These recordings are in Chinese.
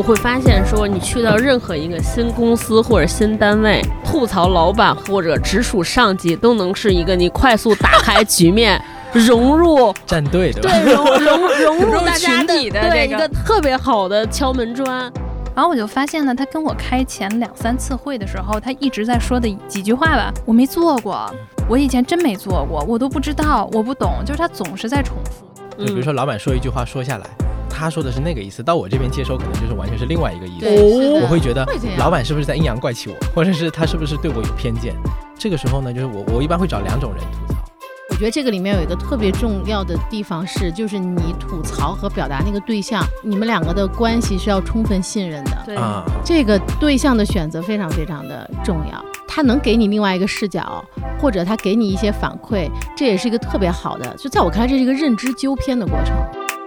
会发现说，你去到任何一个新公司或者新单位，吐槽老板或者直属上级都能是一个你快速打开局面融入战队的， 对，融入大家群体的对一个特别好的敲门砖。 然后我就发现呢，他跟我开前2-3次会的时候，他一直在说的几句话吧，我没做过，我以前真没做过，我都不知道，我不懂，就是他总是在重复。 就比如说老板说一句话说下来，他说的是那个意思，到我这边接收可能就是完全是另外一个意思。我会觉得老板是不是在阴阳怪气我，或者是他是不是对我有偏见。这个时候呢，就是我一般会找2种人吐槽。 我觉得这个里面有一个特别重要的地方是，就是你吐槽和表达那个对象，你们2个的关系是要充分信任的。 对， 这个对象的选择非常非常的重要，他能给你另外一个视角，或者他给你一些反馈，这也是一个特别好的，就在我看来这是一个认知纠偏的过程。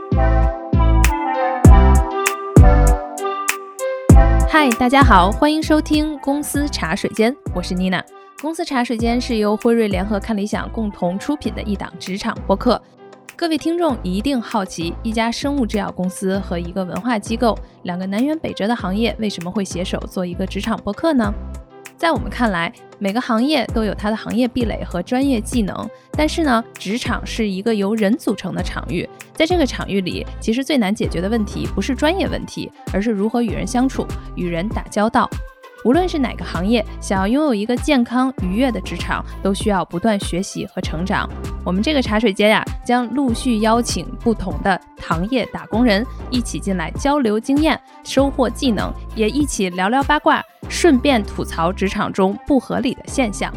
嗨，大家好，欢迎收听公司茶水间，我是妮娜。公司茶水间是由辉瑞联合看理想共同出品的一档职场播客。各位听众一定好奇，一家生物制药公司和一个文化机构，2个南辕北辙的行业为什么会携手做一个职场播客呢？在我们看来，每个行业都有它的行业壁垒和专业技能，但是呢，职场是一个由人组成的场域，在这个场域里，其实最难解决的问题不是专业问题，而是如何与人相处，与人打交道。无论是哪个行业，想要拥有一个健康愉悦的职场，都需要不断学习和成长。我们这个茶水间呀，将陆续邀请不同的行业打工人一起进来交流经验，收获技能，也一起聊聊八卦，顺便吐槽职场中不合理的现象。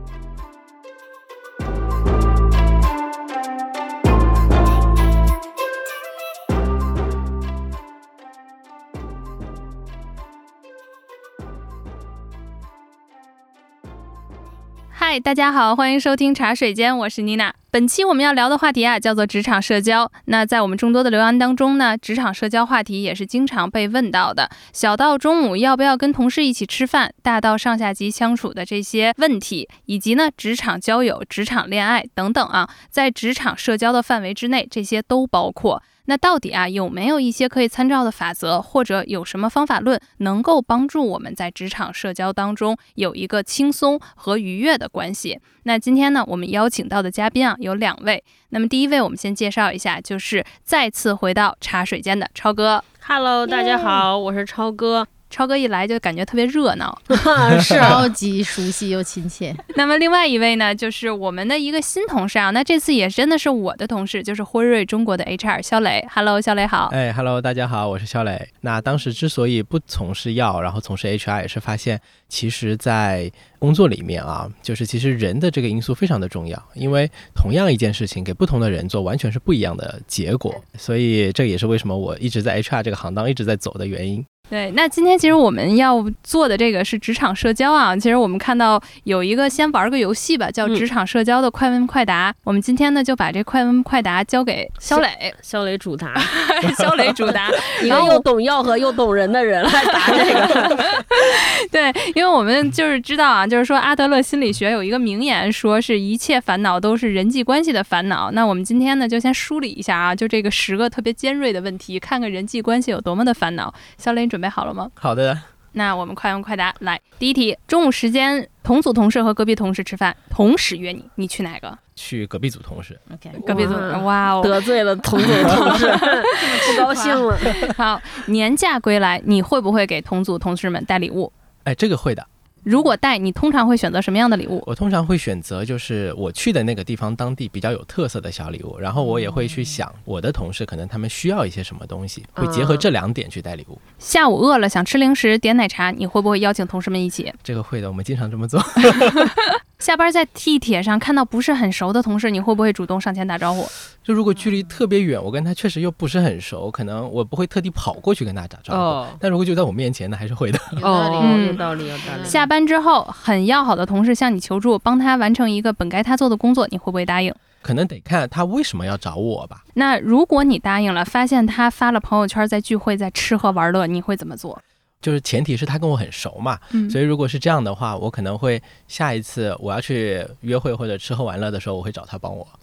嗨，大家好，欢迎收听茶水间，我是妮娜。本期我们要聊的话题啊，叫做职场社交。那在我们众多的留言当中呢，职场社交话题也是经常被问到的。小到中午要不要跟同事一起吃饭，大到上下级相处的这些问题，以及呢职场交友、职场恋爱等等啊，在职场社交的范围之内，这些都包括。那到底啊有没有一些可以参照的法则，或者有什么方法论能够帮助我们在职场社交当中有一个轻松和愉悦的关系？那今天呢，我们邀请到的嘉宾啊有2位。那么第一位我们先介绍一下，就是再次回到茶水间的超哥。 Hello， 大家好，我是超哥。 超哥一来就感觉特别热闹是超级熟悉又亲切。 那么另外一位呢，就是我们的一个新同事啊，那这次也真的是我的同事，就是辉瑞中国的 HR 肖磊。 Hello， 肖磊好。 Hello， 大家好，我是肖磊。那当时之所以不从事药，然后从事 HR， 也是发现其实在工作里面啊，就是其实人的这个因素非常的重要，因为同样一件事情给不同的人做完全是不一样的结果，所以这也是为什么我一直在 HR 这个行当一直在走的原因。 对，那今天其实我们要做的这个是职场社交啊。其实我们看到有一个先玩个游戏吧，叫职场社交的快问快答。我们今天呢就把这快问快答交给肖磊， 肖磊主答， 肖磊主答， 一个又懂药和又懂人的人来答这个。 对，因为我们就是知道啊，就是说阿德勒心理学有一个名言，说是一切烦恼都是人际关系的烦恼。那我们今天呢就先梳理一下啊，就这个10个特别尖锐的问题，看看人际关系有多么的烦恼。肖磊，准备好了吗？ 好的。 那我们快问快答来。第一题，中午时间同组同事和隔壁同事吃饭，同时约你，你去哪个？ 去隔壁组同事。 OK， 隔壁组。哇哦， 得罪了同组同事不高兴了。 好，年假归来，你会不会给同组同事们带礼物？ 这个会的。 如果带，你通常会选择什么样的礼物？ 我通常会选择就是我去的那个地方当地比较有特色的小礼物，然后我也会去想我的同事可能他们需要一些什么东西，会结合这2点去带礼物。 下午饿了想吃零食点奶茶，你会不会邀请同事们一起？ 这个会的，我们经常这么做。 下班在地铁上看到不是很熟的同事，你会不会主动上前打招呼？ 就如果距离特别远，我跟他确实又不是很熟，可能我不会特地跑过去跟他打招呼，但如果就在我面前，那还是会的。 有道理， 有道理，有道理。 下班之后很要好的同事向你求助，帮他完成一个本该他做的工作，你会不会答应？ 可能得看他为什么要找我吧。 那如果你答应了，发现他发了朋友圈在聚会在吃喝玩乐，你会怎么做？ 就是前提是他跟我很熟嘛，所以如果是这样的话，我可能会下一次我要去约会或者吃喝玩乐的时候，我会找他帮我。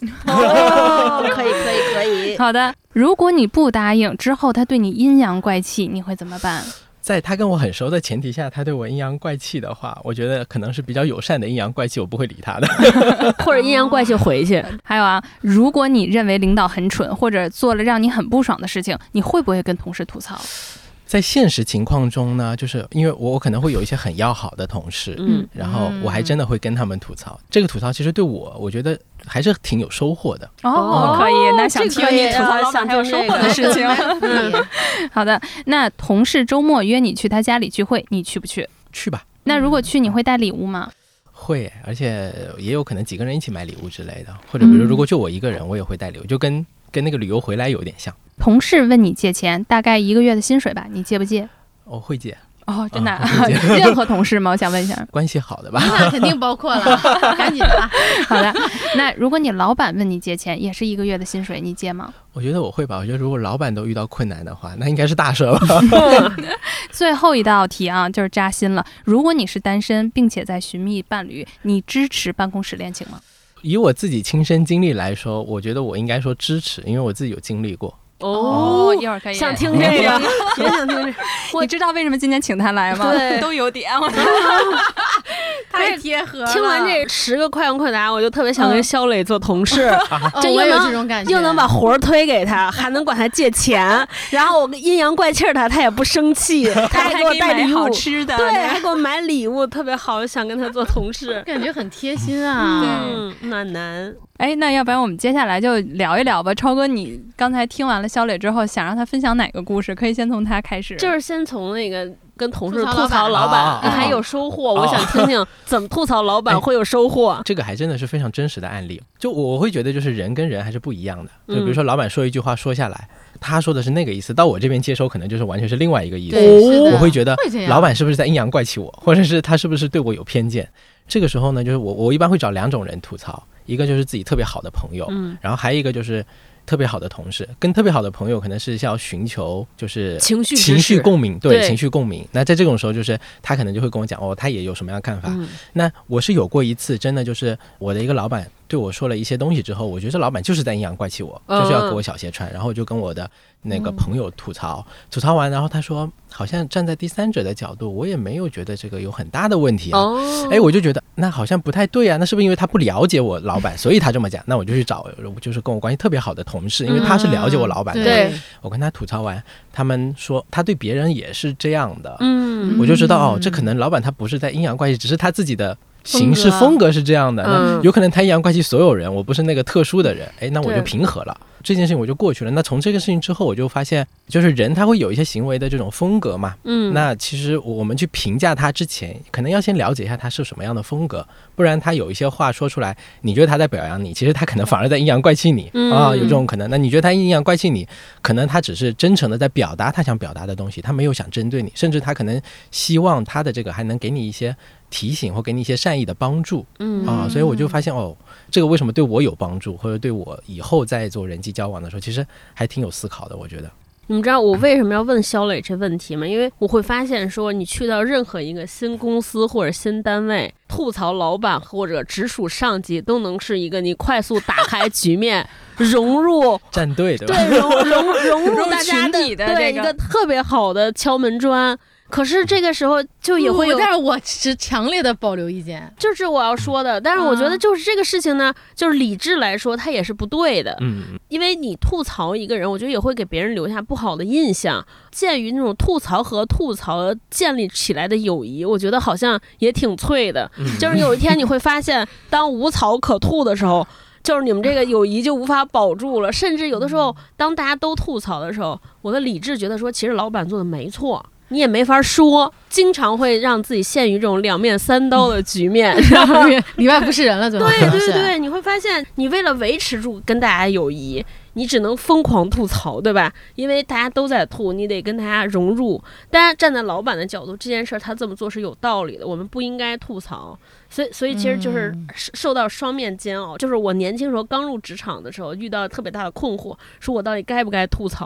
可以。 好的，如果你不答应之后他对你阴阳怪气，你会怎么办？ 在他跟我很熟的前提下，他对我阴阳怪气的话，我觉得可能是比较友善的阴阳怪气，我不会理他的。 或者阴阳怪气回去。 还有啊，如果你认为领导很蠢，或者做了让你很不爽的事情，你会不会跟同事吐槽？ 在现实情况中呢，就是因为我可能会有一些很要好的同事，然后我还真的会跟他们吐槽。这个吐槽其实对我觉得还是挺有收获的。 可以，那想听你吐槽老板还有收获的事情。好的，那同事周末约你去他家里聚会，你去不去？ 去吧。 那如果去，你会带礼物吗？ 会，而且也有可能几个人一起买礼物之类的，或者比如果就我一个人，我也会带礼物，就跟那个旅游回来有点像。同事问你借钱，大概1个月的薪水吧，你借不借？ 我会借。 真的、任何同事吗？我想问一下。 关系好的吧？ 那肯定包括了，赶紧的。 好的，那如果你老板问你借钱，也是1个月的薪水，你借吗？ 我觉得我会吧。我觉得如果老板都遇到困难的话，那应该是大事了。 最后一道题啊，就是扎心了。如果你是单身，并且在寻觅伴侣，你支持办公室恋情吗？ 以我自己亲身经历来说，我觉得我应该说支持，因为我自己有经历过。 一会儿可以想听这个，也想听这个。 你知道为什么今天请他来吗？ 对， 都有点， 太贴合了。 听完这10个快问快答，我就特别想跟肖磊做同事， 这又有这种感觉， 又能把活儿推给他，还能管他借钱，然后我阴阳怪气他也不生气，他还给我带礼物， 好吃的， 对，还给我买礼物，特别好，想跟他做同事， 感觉很贴心啊。 暖男。 那要不然我们接下来就聊一聊吧。超哥，你刚才听完了肖磊之后，想让他分享哪个故事？可以先从他开始。 就是先从那个跟同事吐槽老板，还有收获。我想听听怎么吐槽老板会有收获。 这个还真的是非常真实的案例。就我会觉得，就是人跟人还是不一样的。就比如说，老板说一句话说下来，他说的是那个意思，到我这边接收可能就是完全是另外一个意思。我会觉得老板是不是在阴阳怪气我，或者是他是不是对我有偏见？这个时候呢，就是我一般会找2种人吐槽，一个就是自己特别好的朋友，然后还有一个就是特别好的同事。跟特别好的朋友可能是要寻求就是情绪共鸣，对，情绪共鸣。那在这种时候，就是他可能就会跟我讲他也有什么样的看法。那我是有过一次，真的就是我的一个老板对我说了一些东西之后，我觉得老板就是在阴阳怪气我，就是要给我小鞋穿，然后我就跟我的那个朋友吐槽完，然后他说好像站在第三者的角度，我也没有觉得这个有很大的问题啊。我就觉得那好像不太对啊，那是不是因为他不了解我老板，所以他这么讲？那我就去找就是跟我关系特别好的同事，因为他是了解我老板的。 对， 我跟他吐槽完，他们说他对别人也是这样的。我就知道这可能老板他不是在阴阳怪气，只是他自己的行事风格是这样的。那有可能他阴阳怪气所有人，我不是那个特殊的人。那我就平和了。这件事情我就过去了。那从这个事情之后，我就发现，就是人他会有一些行为的这种风格嘛。那其实我们去评价他之前，可能要先了解一下他是什么样的风格，不然他有一些话说出来，你觉得他在表扬你，其实他可能反而在阴阳怪气你有这种可能。那你觉得他阴阳怪气你，可能他只是真诚的在表达他想表达的东西，他没有想针对你，甚至他可能希望他的这个还能给你一些提醒或给你一些善意的帮助。所以我就发现这个为什么对我有帮助，或者对我以后在做人际交往的时候，其实还挺有思考的，我觉得。 你们知道我为什么要问肖磊这问题吗？因为我会发现说，你去到任何一个新公司或者新单位，吐槽老板或者直属上级，都能是一个你快速打开局面，融入战队的， 对，融入大家的对一个特别好的敲门砖。可是这个时候就也会有， 但是我是强烈的保留意见， 就是我要说的。但是我觉得就是这个事情呢，就是理智来说它也是不对的。因为你吐槽一个人，我觉得也会给别人留下不好的印象。鉴于那种吐槽和吐槽建立起来的友谊，我觉得好像也挺脆的。就是有一天你会发现，当无槽可吐的时候，就是你们这个友谊就无法保住了。甚至有的时候，当大家都吐槽的时候，我的理智觉得说，其实老板做的没错。你也没法说，经常会让自己陷于这种2面3刀的局面， 里外不是人了，怎么？ 对，你会发现，你为了维持住跟大家友谊，你只能疯狂吐槽，对吧？因为大家都在吐，你得跟大家融入。当然，站在老板的角度，这件事他这么做是有道理的，我们不应该吐槽。所以其实就是受到双面煎熬。就是我年轻时候刚入职场的时候，遇到特别大的困惑，说我到底该不该吐槽？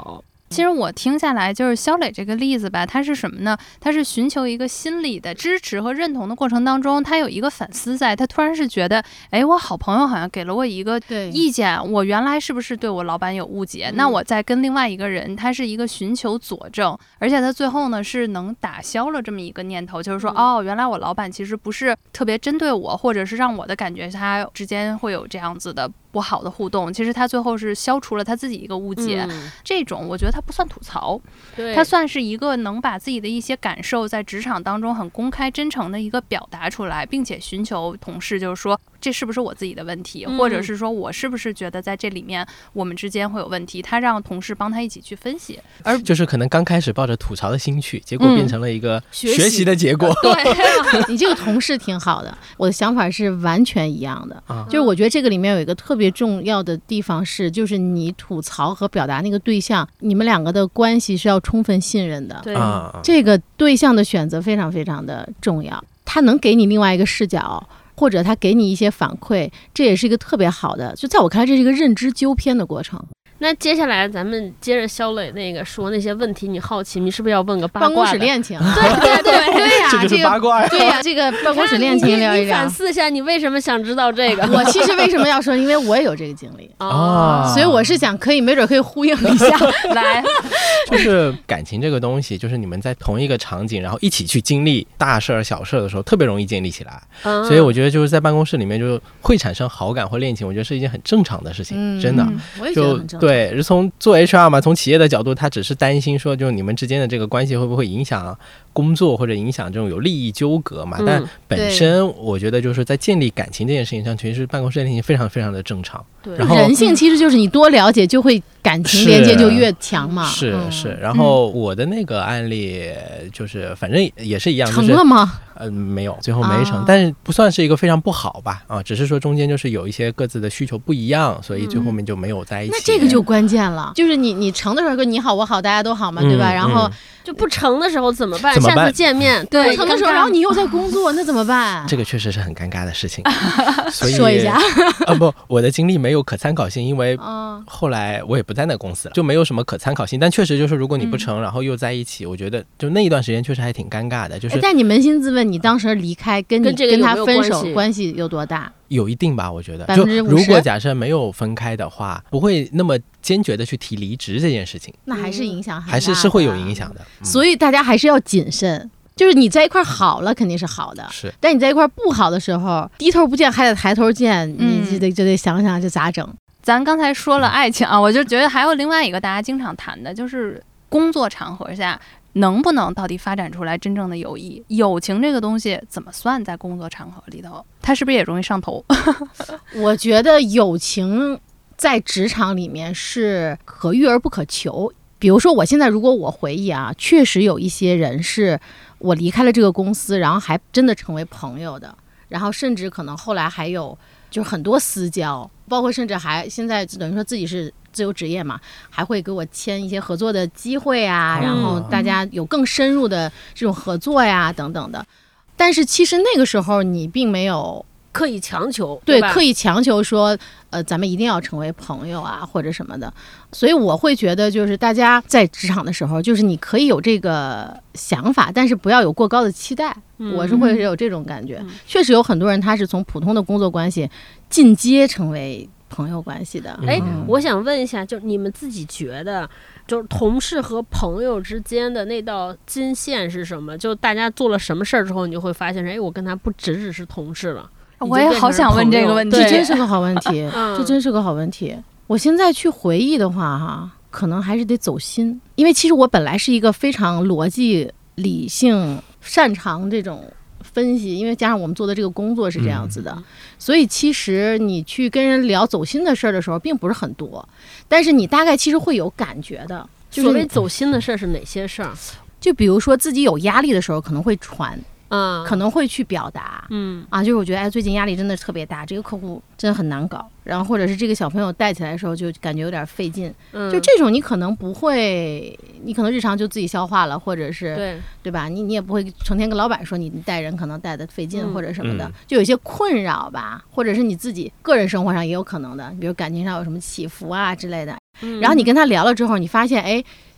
其实我听下来，就是肖磊这个例子吧，他是什么呢？他是寻求一个心理的支持和认同的过程当中，他有一个反思在，他突然是觉得，哎，我好朋友好像给了我一个意见，我原来是不是对我老板有误解？那我再跟另外一个人，他是一个寻求佐证，而且他最后呢是能打消了这么一个念头，就是说，哦，原来我老板其实不是特别针对我，或者是让我的感觉他之间会有这样子的不好的互动，其实他最后是消除了他自己一个误解。这种我觉得他不算吐槽，他算是一个能把自己的一些感受在职场当中很公开真诚的一个表达出来，并且寻求同事就是说这是不是我自己的问题，或者是说我是不是觉得在这里面我们之间会有问题，他让同事帮他一起去分析，而就是可能刚开始抱着吐槽的心去，结果变成了一个学习的结果。 对，你这个同事挺好的，我的想法是完全一样的。就是我觉得这个里面有一个特别重要的地方是，就是你吐槽和表达那个对象，你们两个的关系是要充分信任的。 对， 这个对象的选择非常非常的重要，他能给你另外一个视角，或者他给你一些反馈，这也是一个特别好的，就在我看来这是一个认知纠偏的过程。 那接下来咱们接着肖磊那个说那些问题，你好奇，你是不是要问个八卦的？ 办公室恋情， 对呀， 这就是八卦呀。 对呀，这个办公室恋情聊一聊。 你反思一下，你为什么想知道这个？ 我其实为什么要说？因为我也有这个经历所以我是想没准可以呼应一下来。 就是感情这个东西，就是你们在同一个场景，然后一起去经历大事儿小事儿的时候，特别容易建立起来。所以我觉得就是在办公室里面就会产生好感或恋情，我觉得是一件很正常的事情，真的。 我也觉得很正常。 对，是从做 HR 嘛，从企业的角度，他只是担心说，就你们之间的这个关系会不会影响工作或者影响这种有利益纠葛嘛？但本身我觉得就是在建立感情这件事情上，其实办公室恋情非常非常的正常。 然后人性其实就是你多了解，就会感情连接就越强嘛。 是。然后我的那个案例就是反正也是一样， 成了吗？ 没有，最后没成，但是不算是一个非常不好吧？只是说中间就是有一些各自的需求不一样，所以最后面就没有在一起。 那这个就关键了，就是你成的时候跟你好我好大家都好嘛，对吧？然后就不成的时候怎么办？下次见面对成的时候，然后你又在工作，那怎么办？ 这个确实是很尴尬的事情。所以说一下不，我的经历没有可参考性，因为后来我也不在那公司了，就没有什么可参考性。但确实就是如果你不成，然后又在一起，我觉得就那一段时间确实还挺尴尬的。就是但你扪心自问，你当时离开跟他分手关系有多大？ 有一定吧，我觉得。就如果假设没有分开的话，不会那么坚决的去提离职这件事情。 那还是影响很大的， 还是会有影响的。 所以大家还是要谨慎。就是你在一块好了肯定是好的， 是。 但你在一块不好的时候，低头不见还得抬头见，你就得想想这咋整。 咱刚才说了爱情啊，我就觉得还有另外一个大家经常谈的，就是工作场合下能不能到底发展出来真正的友谊？友情这个东西怎么算在工作场合里头？它是不是也容易上头？ 我觉得友情在职场里面是可遇而不可求。比如说我现在如果我回忆啊，确实有一些人是我离开了这个公司，然后还真的成为朋友的，然后甚至可能后来还有就是很多私交，包括甚至还现在等于说自己是自由职业嘛，还会给我签一些合作的机会啊，然后大家有更深入的这种合作呀等等的。但是其实那个时候你并没有刻意强求， 对，刻意强求说咱们一定要成为朋友啊或者什么的。所以我会觉得就是大家在职场的时候，就是你可以有这个想法，但是不要有过高的期待。我是会有这种感觉。确实有很多人他是从普通的工作关系进阶成为朋友关系的。 我想问一下，就你们自己觉得就是同事和朋友之间的那道金线是什么？就大家做了什么事儿之后，你就会发现我跟他不只是同事了。 我也好想问这个问题， 这真是个好问题。这真是个好问题。我现在去回忆的话可能还是得走心，因为其实我本来是一个非常逻辑理性擅长这种分析，因为加上我们做的这个工作是这样子的，所以其实你去跟人聊走心的事儿的时候并不是很多，但是你大概其实会有感觉的。 所谓走心的事儿是哪些事儿？ 就比如说自己有压力的时候可能会传，可能会去表达，就是我觉得最近压力真的特别大，这个客户真的很难搞，然后或者是这个小朋友带起来的时候就感觉有点费劲，就这种你可能不会，你可能日常就自己消化了，或者是对吧？你也不会成天跟老板说你带人可能带的费劲或者什么的，就有些困扰吧，或者是你自己个人生活上也有可能的，比如感情上有什么起伏啊之类的，然后你跟他聊了之后，你发现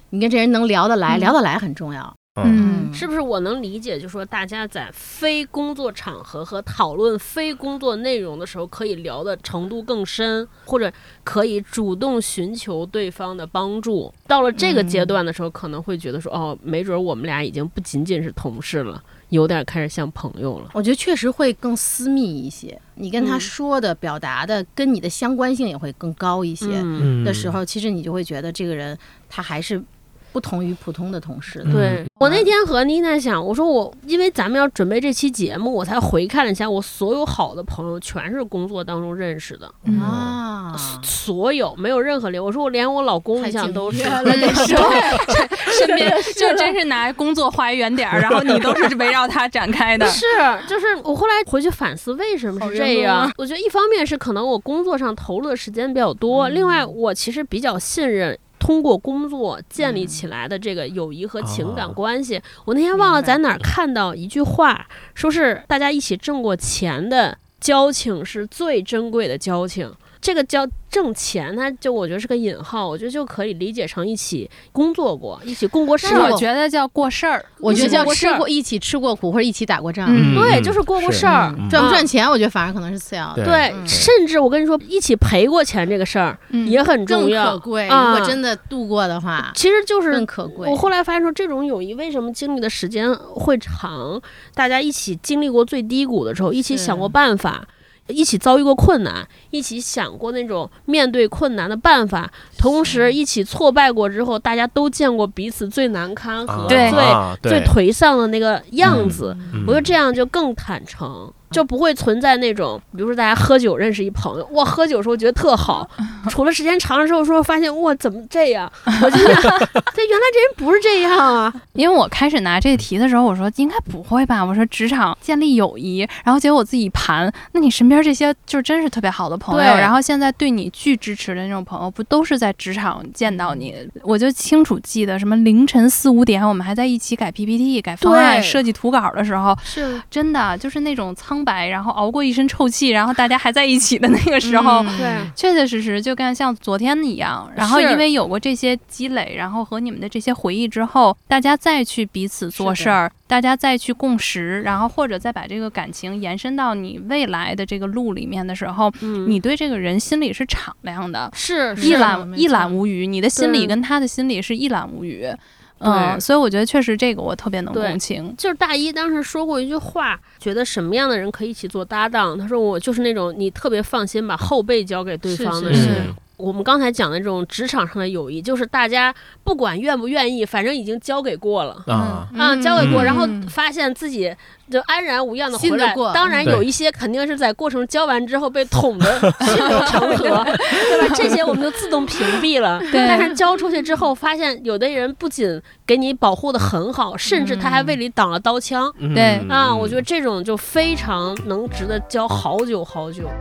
你跟这人能聊得来，聊得来很重要。 是不是我能理解，就是说大家在非工作场合和讨论非工作内容的时候，可以聊的程度更深，或者可以主动寻求对方的帮助。到了这个阶段的时候，可能会觉得说，哦，没准我们俩已经不仅仅是同事了，有点开始像朋友了。 我觉得确实会更私密一些，你跟他说的、表达的跟你的相关性也会更高一些的时候，其实你就会觉得这个人他还是不同于普通的同事。 对，我那天和妮娜想，我说因为咱们要准备这期节目，我才回看了一下我所有好的朋友全是工作当中认识的啊， 所有没有任何联。我说我连我老公印象都是身边就真是拿工作画一圆点，然后你都是围绕他展开的。 是，就是我后来回去反思为什么是这样。我觉得一方面是可能我工作上投入的时间比较多，另外我其实比较信任通过工作建立起来的这个友谊和情感关系。我那天忘了在哪儿看到一句话，说是大家一起挣过钱的交情是最珍贵的交情。这个叫挣钱，它就我觉得是个引号，我觉得就可以理解成一起工作过，一起共过事。 我觉得叫过事儿， 我觉得叫一起吃过苦或者一起打过仗。 对，就是过事儿。 赚不赚钱，我觉得反而可能是次要的。 对，甚至我跟你说，一起赔过钱这个事儿也很重要， 更可贵。如果真的度过的话， 其实就是更可贵。 我后来发现说，这种友谊为什么经历的时间会长？大家一起经历过最低谷的时候，一起想过办法。一起遭遇过困难，一起想过那种面对困难的办法，同时一起挫败过之后，大家都见过彼此最难堪和最颓丧的那个样子。我觉得这样就更坦诚，就不会存在那种，比如说大家喝酒认识一朋友，哇，喝酒的时候觉得特好，处了时间长的时候说发现哇怎么这样，我就想，对，原来这人不是这样啊。 因为我开始拿这题的时候，我说应该不会吧，我说职场建立友谊，然后结果我自己盘，那你身边这些就真是特别好的朋友，然后现在对你巨支持的那种朋友，不都是在职场见到你？我就清楚记得什么凌晨4、5点，我们还在一起改 PPT、改方案、设计图稿的时候， 是真的就是那种苍白，然后熬过一身臭气，然后大家还在一起的那个时候， 对， 确确实实就跟像昨天一样。然后因为有过这些积累，然后和你们的这些回忆之后，大家再去彼此做事儿，大家再去共识，然后或者再把这个感情延伸到你未来的这个路里面的时候，你对这个人心里是敞亮的， 是一览无余，你的心里跟他的心里是一览无余。所以我觉得确实这个我特别能共情。 就是大一当时说过一句话，觉得什么样的人可以一起做搭档，他说我就是那种你特别放心把后背交给对方的人。我们刚才讲的这种职场上的友谊，就是大家不管愿不愿意，反正已经交给过了交给过，然后发现自己就安然无恙的回来。当然有一些肯定是在过程交完之后被捅的血流成河，对吧？这些我们就自动屏蔽了。但是交出去之后，发现有的人不仅给你保护的很好，甚至他还为你挡了刀枪。 对我觉得这种就非常能值得交好久好久。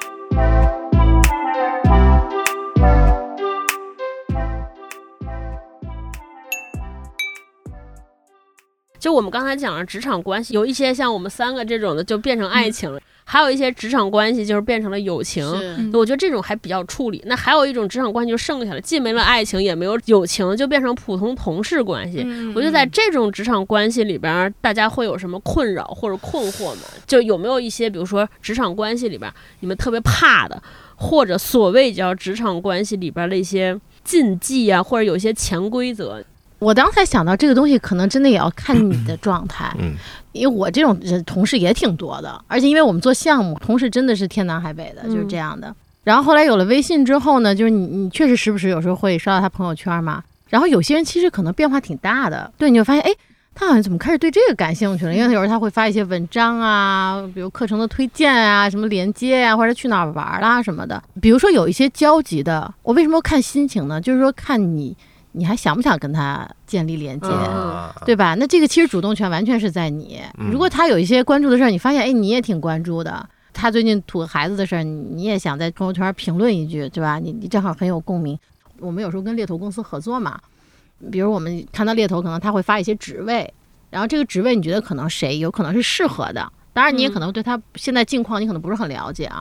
就我们刚才讲了职场关系，有一些像我们3个这种的就变成爱情了，还有一些职场关系就是变成了友情，我觉得这种还比较处理。那还有一种职场关系就剩下了，既没了爱情也没有友情，就变成普通同事关系。我觉得在这种职场关系里边，大家会有什么困扰或者困惑吗？就有没有一些比如说职场关系里边你们特别怕的，或者所谓叫职场关系里边的一些禁忌啊，或者有一些潜规则？ 我刚才想到这个东西可能真的也要看你的状态，因为我这种同事也挺多的，而且因为我们做项目，同事真的是天南海北的，就是这样的。然后后来有了微信之后呢，就是你确实时不时有时候会刷到他朋友圈嘛，然后有些人其实可能变化挺大的，对，你就发现他好像怎么开始对这个感兴趣了，因为有时候他会发一些文章啊，比如课程的推荐啊，什么连接啊，或者去哪儿玩啦什么的。比如说有一些交集的，我为什么要看心情呢？就是说看你还想不想跟他建立连接，对吧？那这个其实主动权完全是在你。如果他有一些关注的事儿，你发现你也挺关注的，他最近吐孩子的事儿，你也想在朋友圈评论一句，对吧？你正好很有共鸣。我们有时候跟猎头公司合作嘛，比如我们看到猎头可能他会发一些职位，然后这个职位你觉得可能谁有可能是适合的，当然你也可能对他现在境况你可能不是很了解啊，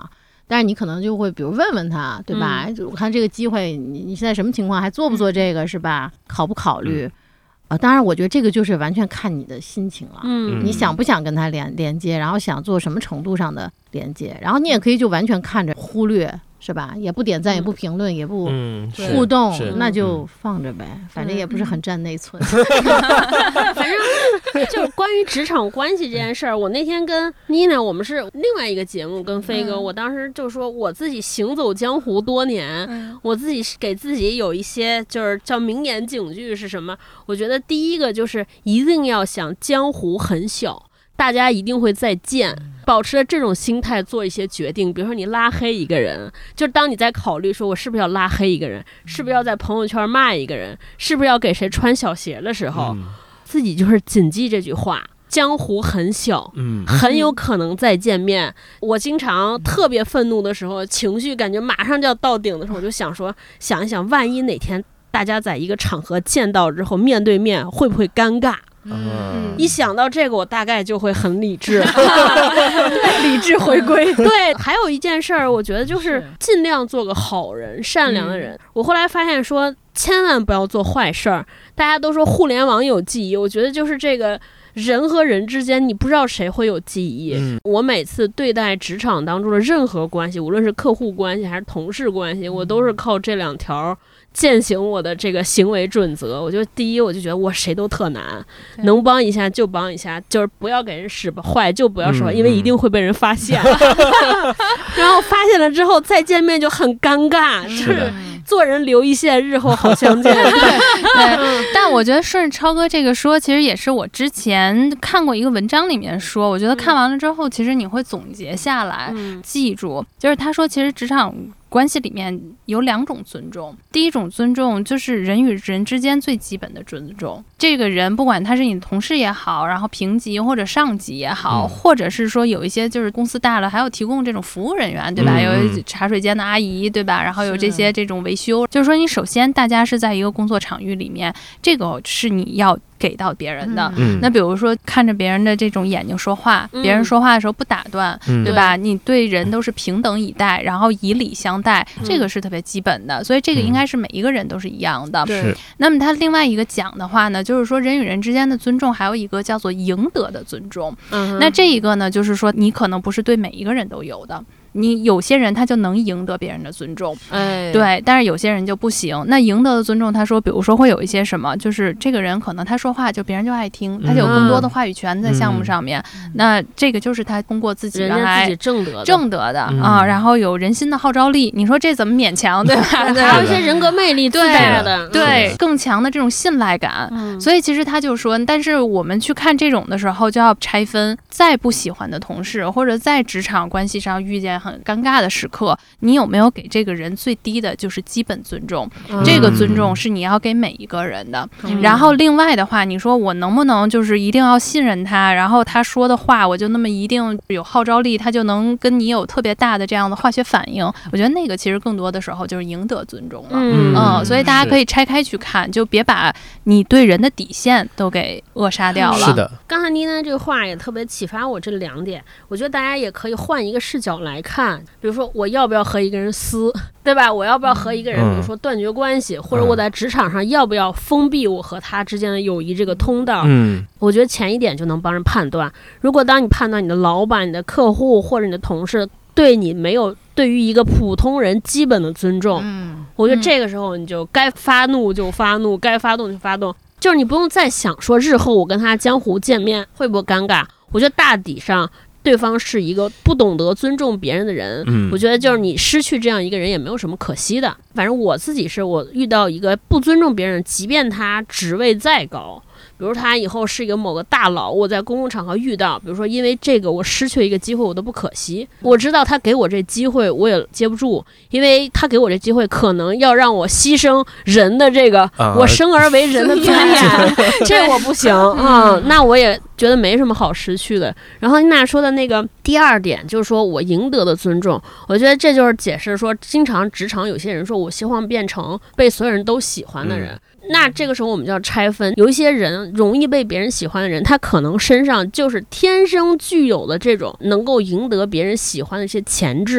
但是你可能就会比如问问他，对吧？我看这个机会你现在什么情况，还做不做这个，是吧？考不考虑？当然我觉得这个就是完全看你的心情了，你想不想跟他连接，然后想做什么程度上的连接，然后你也可以就完全看着忽略，是吧？也不点赞，也不评论，也不互动，那就放着呗，反正也不是很占内存。 反正就关于职场关系这件事儿，我那天跟妮娜，我们是另外一个节目，跟飞哥，我当时就说我自己行走江湖多年，我自己给自己有一些就是叫名言警句是什么？我觉得第一个就是一定要想江湖很小，大家一定会再见，保持着这种心态做一些决定。比如说你拉黑一个人，就是当你在考虑说我是不是要拉黑一个人，是不是要在朋友圈骂一个人，是不是要给谁穿小鞋的时候，自己就是谨记这句话，江湖很小，很有可能再见面。我经常特别愤怒的时候，情绪感觉马上就要到顶的时候，我就想说，想一想万一哪天大家在一个场合见到之后面对面会不会尴尬，一想到这个我大概就会很理智。 理智回归。 对，还有一件事儿，我觉得就是尽量做个好人善良的人。我后来发现说千万不要做坏事儿。大家都说互联网有记忆，我觉得就是这个人和人之间你不知道谁会有记忆。我每次对待职场当中的任何关系，无论是客户关系还是同事关系，我都是靠这2条践行我的这个行为准则。我就第一，我就觉得我谁都特难，能帮一下就帮一下，就是不要给人使坏就不要使坏，因为一定会被人发现。然后发现了之后再见面就很尴尬，就是做人留一线，日后好相见。 对，但我觉得顺着超哥这个说，其实也是我之前看过一个文章里面说，我觉得看完了之后，其实你会总结下来，记住，就是他说，其实职场关系里面有2种尊重。第一种尊重就是人与人之间最基本的尊重，这个人不管他是你的同事也好，然后平级或者上级也好，或者是说有一些就是公司大了还有提供这种服务人员，对吧？有茶水间的阿姨，对吧？然后有这些这种维修，就是说你首先大家是在一个工作场域里面，这个是你要给到别人的。那比如说看着别人的这种眼睛说话，别人说话的时候不打断，对吧？你对人都是平等以待，然后以礼相待，这个是特别基本的，所以这个应该是每一个人都是一样的。那么他另外一个讲的话呢，就是说人与人之间的尊重还有一个叫做赢得的尊重。那这一个呢，就是说你可能不是对每一个人都有的，你有些人他就能赢得别人的尊重，对，但是有些人就不行。那赢得的尊重，他说，比如说会有一些什么，就是这个人可能他说话就别人就爱听，他就有更多的话语权在项目上面。那这个就是他通过自己原来挣得的啊，然后有人心的号召力，你说这怎么勉强，对吧？ 还有一些人格魅力自带的， 对，更强的这种信赖感。所以其实他就说，但是我们去看这种的时候，就要拆分，再不喜欢的同事，或者在职场关系上遇见很尴尬的时刻，你有没有给这个人最低的就是基本尊重？这个尊重是你要给每一个人的。然后另外的话，你说我能不能就是一定要信任他，然后他说的话我就那么一定有号召力，他就能跟你有特别大的这样的化学反应？我觉得那个其实更多的时候就是赢得尊重了。所以大家可以拆开去看，就别把你对人的底线都给扼杀掉了。 是的， 刚才妮娜这个话也特别启发我这2点，我觉得大家也可以换一个视角来看，比如说我要不要和一个人撕，对吧？我要不要和一个人比如说断绝关系，或者我在职场上要不要封闭我和他之间的友谊这个通道。我觉得前一点就能帮人判断。如果当你判断你的老板、你的客户或者你的同事对你没有对于一个普通人基本的尊重，我觉得这个时候你就该发怒就发怒，该发动就发动，就是你不用再想说日后我跟他江湖见面会不会尴尬。我觉得大抵上对方是一个不懂得尊重别人的人，我觉得就是你失去这样一个人也没有什么可惜的。反正我自己是我遇到一个不尊重别人，即便他职位再高，比如他以后是一个某个大佬，我在公共场合遇到，比如说因为这个我失去一个机会我都不可惜。我知道他给我这机会我也接不住，因为他给我这机会可能要让我牺牲人的这个我生而为人的尊严，这我不行那我也觉得没什么好失去的。然后妮娜说的那个第2点就是说我赢得的尊重，我觉得这就是解释说经常职场有些人说我希望变成被所有人都喜欢的人。那这个时候我们就要拆分，有一些人容易被别人喜欢的人，他可能身上就是天生具有的这种能够赢得别人喜欢的一些潜质。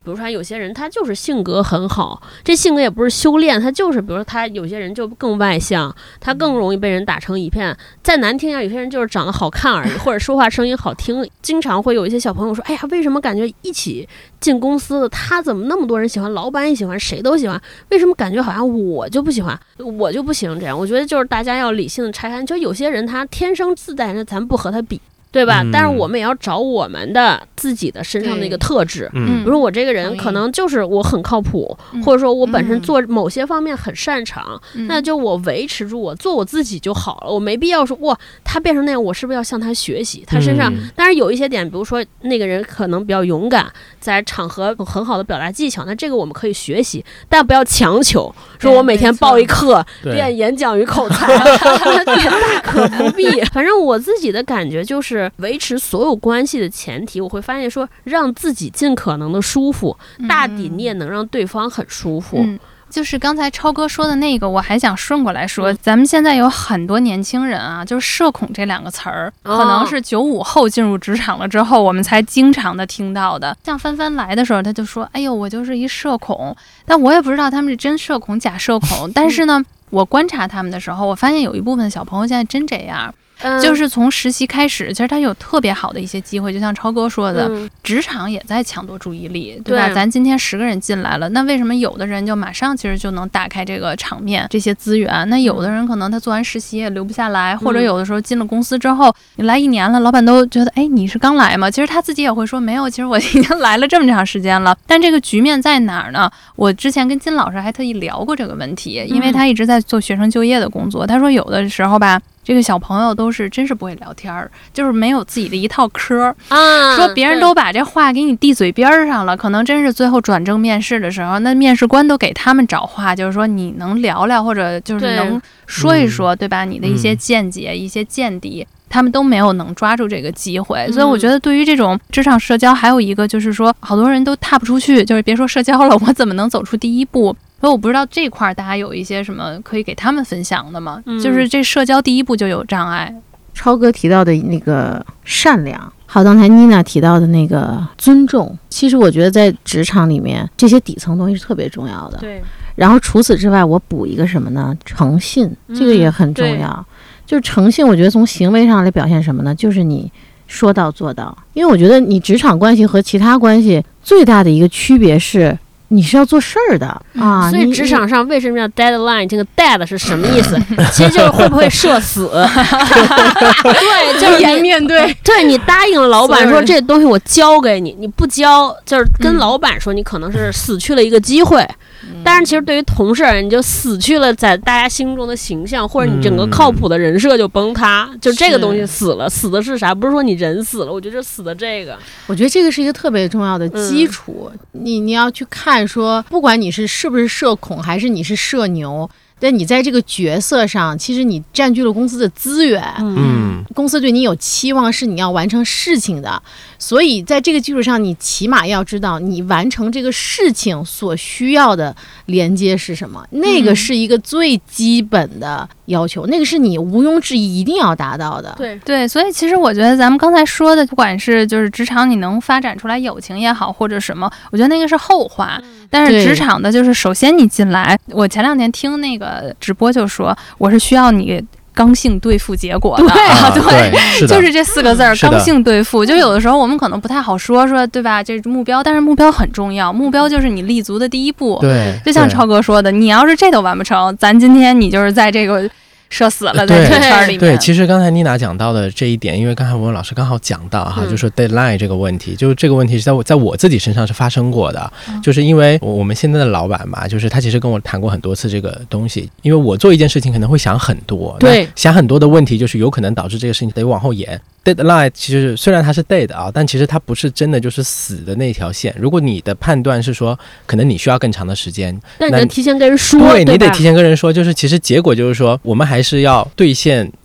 比如说有些人他就是性格很好，这性格也不是修炼，他就是比如说他有些人就更外向，他更容易被人打成一片。再难听一点，有些人就是长得好看而已，或者说话声音好听。经常会有一些小朋友说，哎呀，为什么感觉一起进公司的他怎么那么多人喜欢，老板也喜欢，谁都喜欢，为什么感觉好像我就不喜欢，我就不行？这样我觉得就是大家要理性的拆开，就有些人他天生自带，那咱不和他比，对吧？但是我们也要找我们的自己的身上的一个特质。比如说我这个人可能就是我很靠谱，或者说我本身做某些方面很擅长，那就我维持住我做我自己就好了，我没必要说哇他变成那样，我是不是要向他学习？他身上当然有一些点，比如说那个人可能比较勇敢，在场合有很好的表达技巧，那这个我们可以学习，但不要强求说我每天报一课练演讲与口才，大可不必。反正我自己的感觉就是维持所有关系的前提，我会发现说让自己尽可能的舒服，大抵你也能让对方很舒服。 就是刚才超哥说的那个，我还想顺过来说，咱们现在有很多年轻人啊，就是社恐这两个词儿，可能是95后进入职场了之后，我们才经常的听到的。像帆帆来的时候，他就说：“哎呦，我就是一社恐。”但我也不知道他们是真社恐假社恐。但是呢，我观察他们的时候，我发现有一部分小朋友现在真这样。就是从实习开始，其实他有特别好的一些机会，就像超哥说的，职场也在抢夺注意力，对吧？咱今天10个人进来了，那为什么有的人就马上其实就能打开这个场面这些资源？那有的人可能他做完实习也留不下来，或者有的时候进了公司之后，你来1年了，老板都觉得，哎，你是刚来吗？其实他自己也会说，没有，其实我已经来了这么长时间了。但这个局面在哪儿呢？我之前跟金老师还特意聊过这个问题，因为他一直在做学生就业的工作，他说有的时候吧，这个小朋友都是真是不会聊天儿，就是没有自己的一套嗑啊。说别人都把这话给你递嘴边上了，可能真是最后转正面试的时候，那面试官都给他们找话，就是说你能聊聊，或者就是能说一说，对吧？你的一些见解、一些见地。他们都没有能抓住这个机会，所以我觉得对于这种职场社交，还有一个就是说，好多人都踏不出去，就是别说社交了，我怎么能走出第一步？所以我不知道这块大家有一些什么可以给他们分享的吗？就是这社交第一步就有障碍。 超哥提到的那个善良，还有刚才妮娜提到的那个尊重，其实我觉得在职场里面这些底层东西是特别重要的。 对。 然后除此之外，我补一个什么呢？诚信，这个也很重要。就是诚信，我觉得从行为上来表现什么呢？就是你说到做到。因为我觉得你职场关系和其他关系最大的一个区别是，你是要做事儿的啊。 所以职场上为什么要 deadline？ 这个 dead 是什么意思？其实就是会不会社死。对，就是严面对。 对，你答应了老板说这东西我交给你，你不交，就是跟老板说你可能是死去了一个机会。但是其实对于同事，你就死去了在大家心中的形象，或者你整个靠谱的人设就崩塌，就这个东西死了。死的是啥？不是说你人死了，我觉得死的这个。 我觉得这个是一个特别重要的基础。你要去看说，不管你是不是社恐，还是你是社牛，但你在这个角色上，其实你占据了公司的资源，公司对你有期望，是你要完成事情的。所以在这个基础上，你起码要知道你完成这个事情所需要的连接是什么，那个是一个最基本的要求，那个是你毋庸置疑一定要达到的。 对，所以其实我觉得咱们刚才说的，不管是就是职场你能发展出来友情也好，或者什么，我觉得那个是后话。但是职场的就是首先你进来，我前2天听那个直播就说，我是需要你刚性对付结果的。 对， 就是这4个字儿，刚性对付。就有的时候我们可能不太好说对吧？这目标，但是目标很重要，目标就是你立足的第一步。 对， 就像超哥说的，你要是这都完不成，咱今天你就是在这个社死了，在这个圈里面。 对，其实刚才妮娜讲到的这一点，因为刚才文文老师刚好讲到哈，就说 deadline 这个问题，就是这个问题是在我自己身上是发生过的，就是因为我们现在的老板嘛，就是他其实跟我谈过很多次这个东西，因为我做一件事情可能会想很多， 对， 想很多的问题就是有可能导致这个事情得往后延。deadline 其实虽然它是 dead 啊，但其实它不是真的就是死的那条线。如果你的判断是说可能你需要更长的时间， 那你得提前跟人说， 对，你得提前跟人说，就是其实结果就是说我们还是要兑现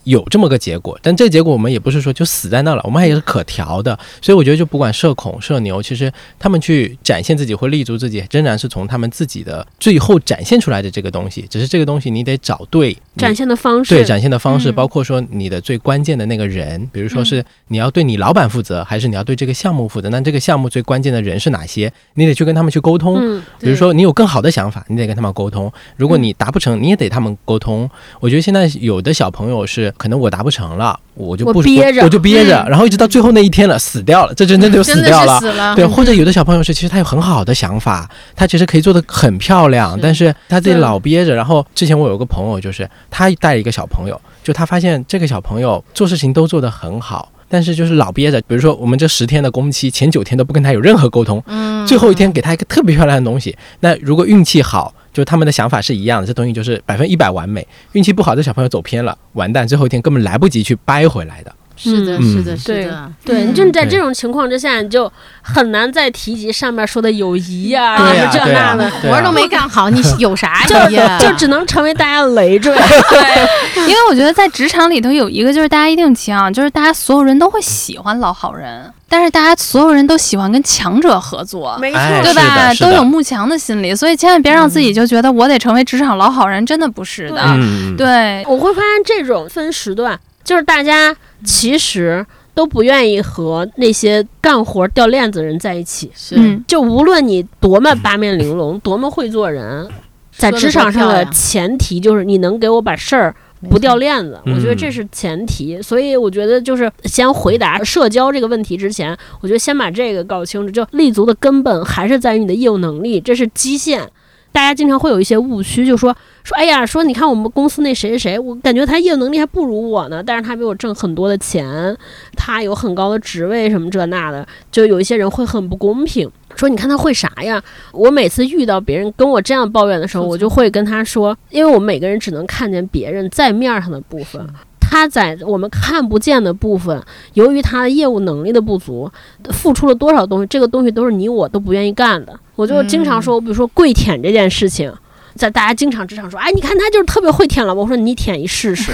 有这么个结果，但这个结果我们也不是说就死在那了，我们还也是可调的。所以我觉得就不管社恐社牛，其实他们去展现自己或立足自己，仍然是从他们自己的最后展现出来的这个东西，只是这个东西你得找对展现的方式， 对展现的方式，包括说你的最关键的那个人，比如说是你要对你老板负责，还是你要对这个项目负责，那这个项目最关键的人是哪些，你得去跟他们去沟通。比如说你有更好的想法，你得跟他们沟通，如果你达不成，你也得他们沟通。我觉得现在有的小朋友是可能我达不成了，我就憋着，然后一直到最后那一天了，死掉了，这真的就死掉了。对，或者有的小朋友是其实他有很好的想法，他其实可以做得很漂亮，但是他自己老憋着。然后之前我有个朋友，就是他带一个小朋友，就他发现这个小朋友做事情都做得很好，但是就是老憋着。比如说我们这10天的工期，前9天都不跟他有任何沟通，最后一天给他一个特别漂亮的东西。那如果运气好，就他们的想法是一样的，这东西就是100%完美。运气不好，这小朋友走偏了，完蛋，最后一天根本来不及去掰回来的。 是的，是的，是的， 对，你就在这种情况之下，你就很难再提及上面说的友谊啊，什么这那的， 活都没干好，你有啥就只能成为大家的累赘。 对，因为我觉得在职场里头有一个就是大家一定提啊，就是大家所有人都会喜欢老好人，但是大家所有人都喜欢跟强者合作， 没错， 对吧？都有慕强的心理，所以千万别让自己就觉得我得成为职场老好人，真的不是的。对， 我会发现这种分时段，就是大家其实都不愿意和那些干活掉链子的人在一起。就无论你多么八面玲珑，多么会做人，在职场上的前提就是你能给我把事儿不掉链子，我觉得这是前提。所以我觉得就是先回答社交这个问题之前，我觉得先把这个搞清楚，就立足的根本还是在于你的业务能力，这是基线。大家经常会有一些误区，就说哎呀，说你看我们公司那谁谁谁，我感觉他业务能力还不如我呢，但是他比我挣很多的钱，他有很高的职位什么这那的，就有一些人会很不公平，说你看他会啥呀？我每次遇到别人跟我这样抱怨的时候，我就会跟他说，因为我们每个人只能看见别人在面上的部分，他在我们看不见的部分，由于他的业务能力的不足，付出了多少东西，这个东西都是你我都不愿意干的。我就经常说，比如说跪舔这件事情，在大家经常职场说，哎，你看他就是特别会舔了，我说你舔一试试，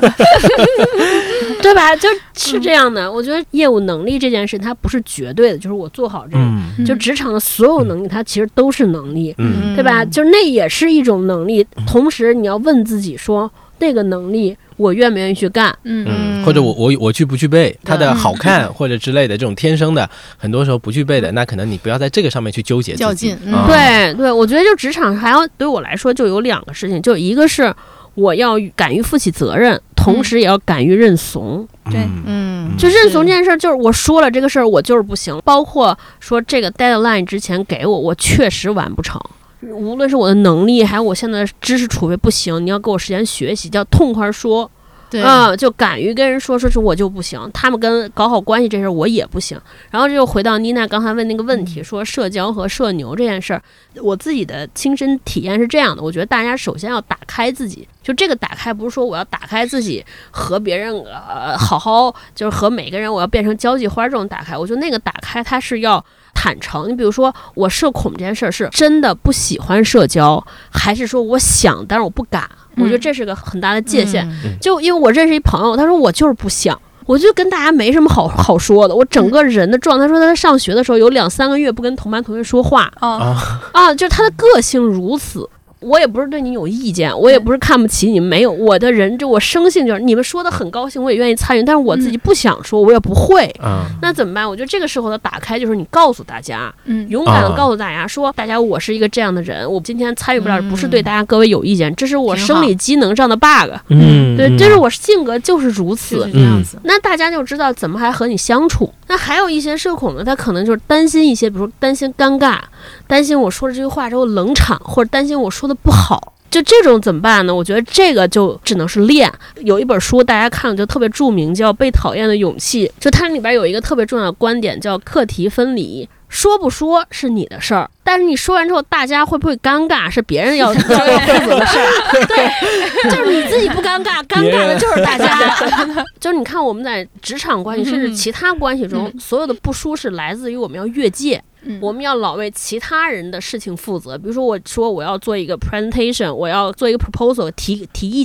对吧？就是这样的。我觉得业务能力这件事它不是绝对的，就是我做好这个，就职场的所有能力它其实都是能力，对吧？就那也是一种能力，同时你要问自己说，那个能力我愿不愿意去干， 或者我具不具备，它的好看或者之类的这种天生的，很多时候不具备的，那可能你不要在这个上面去纠结自己。 对，我觉得就职场还要对我来说就有2个事情，就一个是我要敢于负起责任，同时也要敢于认怂。 对， 就认怂这件事，就是我说了这个事儿我就是不行，包括说这个 deadline 之前给我确实完不成。无论是我的能力还有我现在的知识储备不行，你要给我时间学习，叫痛快说。 对， 就敢于跟人说是我就不行，他们跟搞好关系这事我也不行。然后这就回到妮娜刚才问那个问题，说社交和社牛这件事儿，我自己的亲身体验是这样的，我觉得大家首先要打开自己，就这个打开不是说我要打开自己和别人好好就是和每个人我要变成交际花这种打开，我觉得那个打开它是要坦诚。你比如说我社恐这件事是真的不喜欢社交，还是说我想但是我不敢，我觉得这是个很大的界限。就因为我认识一朋友，他说我就是不想，我就跟大家没什么好说的，我整个人的状态，他说他上学的时候有2-3个月不跟同班同学说话，就是他的个性如此。我也不是对你有意见，我也不是看不起你们，没有，我的人就我生性就是你们说的很高兴，我也愿意参与，但是我自己不想说，我也不会，那怎么办？我觉得这个时候的打开就是你告诉大家，勇敢的告诉大家说，大家我是一个这样的人，我今天参与不了，不是对大家各位有意见，这是我生理机能上的 bug，对，这是我性格就是如此，那大家就知道怎么还和你相处。那还有一些社恐呢，他可能就是担心一些，比如说担心尴尬，担心我说了这句话之后冷场，或者担心我说的不好，就这种怎么办呢？我觉得这个就只能是练。有一本书大家看了就特别著名，叫《被讨厌的勇气》，就它里边有一个特别重要的观点，叫课题分离。说不说是你的事儿，但是你说完之后大家会不会尴尬是别人要负责的事儿。对，就是你自己不尴尬，尴尬的就是大家。就是你看我们在职场关系甚至其他关系中，所有的不舒适来自于我们要越界，我们要老为其他人的事情负责。比如说我说我要做一个 presentation， 我要做一个 proposal 提意见，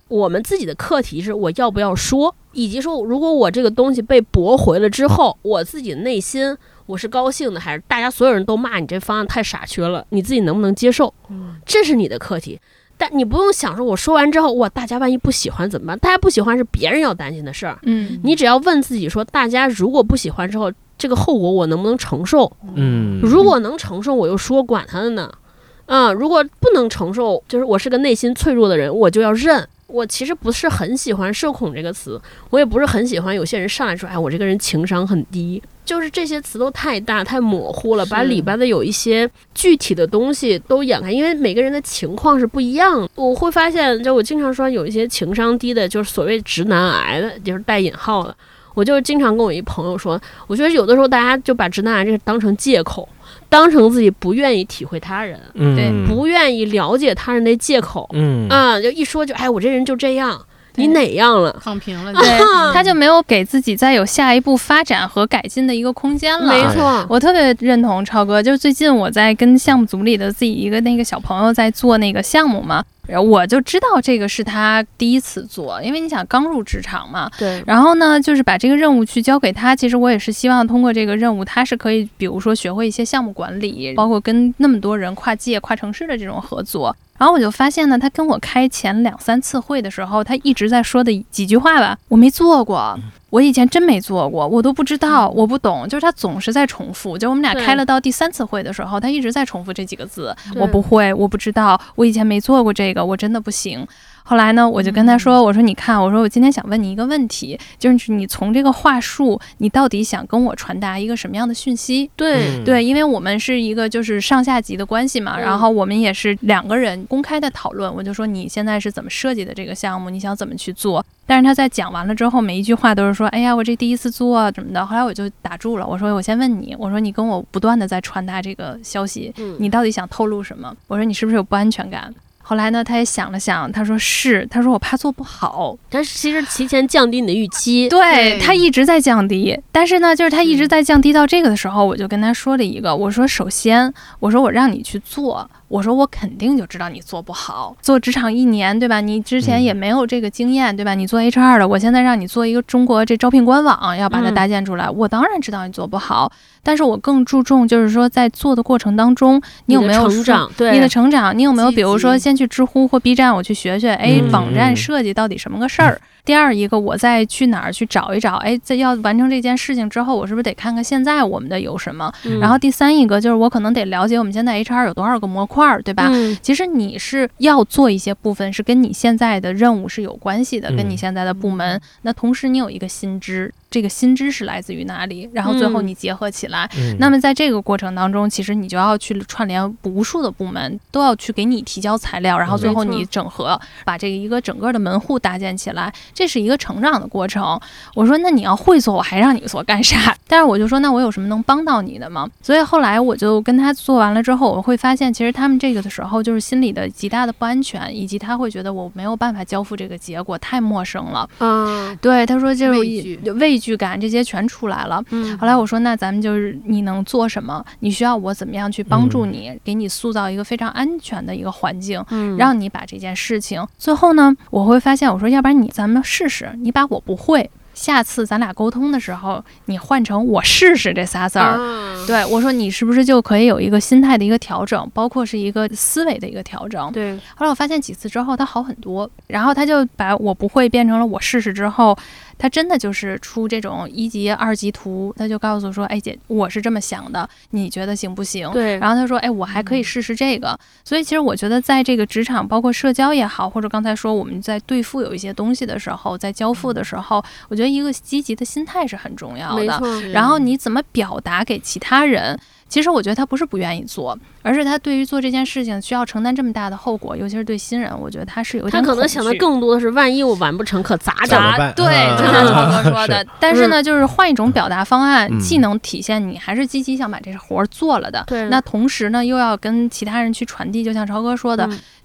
我们自己的课题是我要不要说，以及说如果我这个东西被驳回了之后，我自己的内心我是高兴的，还是大家所有人都骂你这方案太傻缺了，你自己能不能接受？这是你的课题。但你不用想说我说完之后，哇，大家万一不喜欢怎么办？大家不喜欢是别人要担心的事儿。你只要问自己说，大家如果不喜欢之后，这个后果我能不能承受？如果能承受，我又说管他的呢。如果不能承受，就是我是个内心脆弱的人，我就要认。我其实不是很喜欢社恐这个词，我也不是很喜欢有些人上来说，哎，我这个人情商很低，就是这些词都太大太模糊了，把里边的有一些具体的东西都掩盖，因为每个人的情况是不一样的。我会发现，就我经常说有一些情商低的，就是所谓直男癌的，就是带引号的。我就经常跟我一朋友说，我觉得有的时候大家就把直男癌这个当成借口，当成自己不愿意体会他人， 对， 不愿意了解他人的借口，就一说就哎，我这人就这样，你哪样了？ 躺平了， 对，他就没有给自己再有下一步发展和改进的一个空间了。 没错， 我特别认同超哥，就是最近我在跟项目组里的自己一个那个小朋友在做那个项目嘛。然后我就知道这个是他第一次做，因为你想刚入职场嘛， 对。 然后呢，就是把这个任务去交给他。其实我也是希望通过这个任务，他是可以，比如说学会一些项目管理，包括跟那么多人跨界、跨城市的这种合作。然后我就发现呢，他跟我开前2-3次会的时候，他一直在说的几句话吧，我没做过，我以前真没做过，我都不知道，我不懂，就是他总是在重复。就我们俩开了到第3次会的时候，他一直在重复这几个字，我不会，我不知道，我以前没做过这个，我真的不行。后来呢，我就跟他说，我说你看，我说我今天想问你一个问题，就是你从这个话术，你到底想跟我传达一个什么样的讯息？对，因为我们是一个就是上下级的关系嘛，然后我们也是2个人公开的讨论，我就说你现在是怎么设计的这个项目，你想怎么去做？但是他在讲完了之后，每一句话都是说，哎呀，我这第一次做什么的。后来我就打住了，我说我先问你，我说你跟我不断的在传达这个消息，你到底想透露什么？我说你是不是有不安全感？后来呢，他也想了想，他说是，他说我怕做不好， 但是其实提前降低你的预期， 对，他一直在降低，但是呢，就是他一直在降低到这个的时候，我就跟他说了一个，我说首先，我说我让你去做，我说我肯定就知道你做不好，做职场1年，对吧？你之前也没有这个经验，对吧？你做 HR 的，我现在让你做一个中国这招聘官网，要把它搭建出来，我当然知道你做不好，但是我更注重就是说在做的过程当中，你有没有成长？对， 你的成长，你有没有比如说先去知乎或 B 站，我去学学，哎，网站设计到底什么个事儿？第二一个，我再去哪儿去找一找，哎，在要完成这件事情之后，我是不是得看看现在我们的有什么？然后第3一个就是我可能得了解我们现在 HR 有多少个模块，对吧？其实你是要做一些部分是跟你现在的任务是有关系的，跟你现在的部门。那同时你有一个新知，这个新知是来自于哪里？然后最后你结合起来。那么在这个过程当中，其实你就要去串联无数的部门，都要去给你提交材料，然后最后你整合，把这个一个整个的门户搭建起来。这是一个成长的过程。我说那你要会做，我还让你做干啥？但是我就说那我有什么能帮到你的吗？所以后来我就跟他做完了之后，我会发现其实他们这个的时候就是心里的极大的不安全，以及他会觉得我没有办法交付这个结果，太陌生了。对，他说就是畏惧感这些全出来了。后来我说那咱们就是你能做什么？你需要我怎么样去帮助你，给你塑造一个非常安全的一个环境，让你把这件事情。最后呢，我会发现我说要不然咱们试试，你把我不会，下次咱俩沟通的时候，你换成我试试这仨字儿。对，我说你是不是就可以有一个心态的一个调整，包括是一个思维的一个调整。 对。 后来我发现几次之后他好很多，然后他就把我不会变成了我试试之后，他真的就是出这种1级2级图，他就告诉说，哎姐，我是这么想的，你觉得行不行？ 对。 然后他说，哎，我还可以试试这个。所以其实我觉得在这个职场，包括社交也好，或者刚才说我们在对付有一些东西的时候，在交付的时候，我觉得一个积极的心态是很重要的。 没错。 然后你怎么表达给其他人？其实我觉得他不是不愿意做，而是他对于做这件事情需要承担这么大的后果，尤其是对新人，我觉得他是有点恐惧。 他可能想的更多的是，万一我完不成，可咋整？ 对，就像曹哥说的。但是呢，就是换一种表达方案，既能体现你还是积极想把这活做了的，那同时呢，又要跟其他人去传递，就像曹哥说的，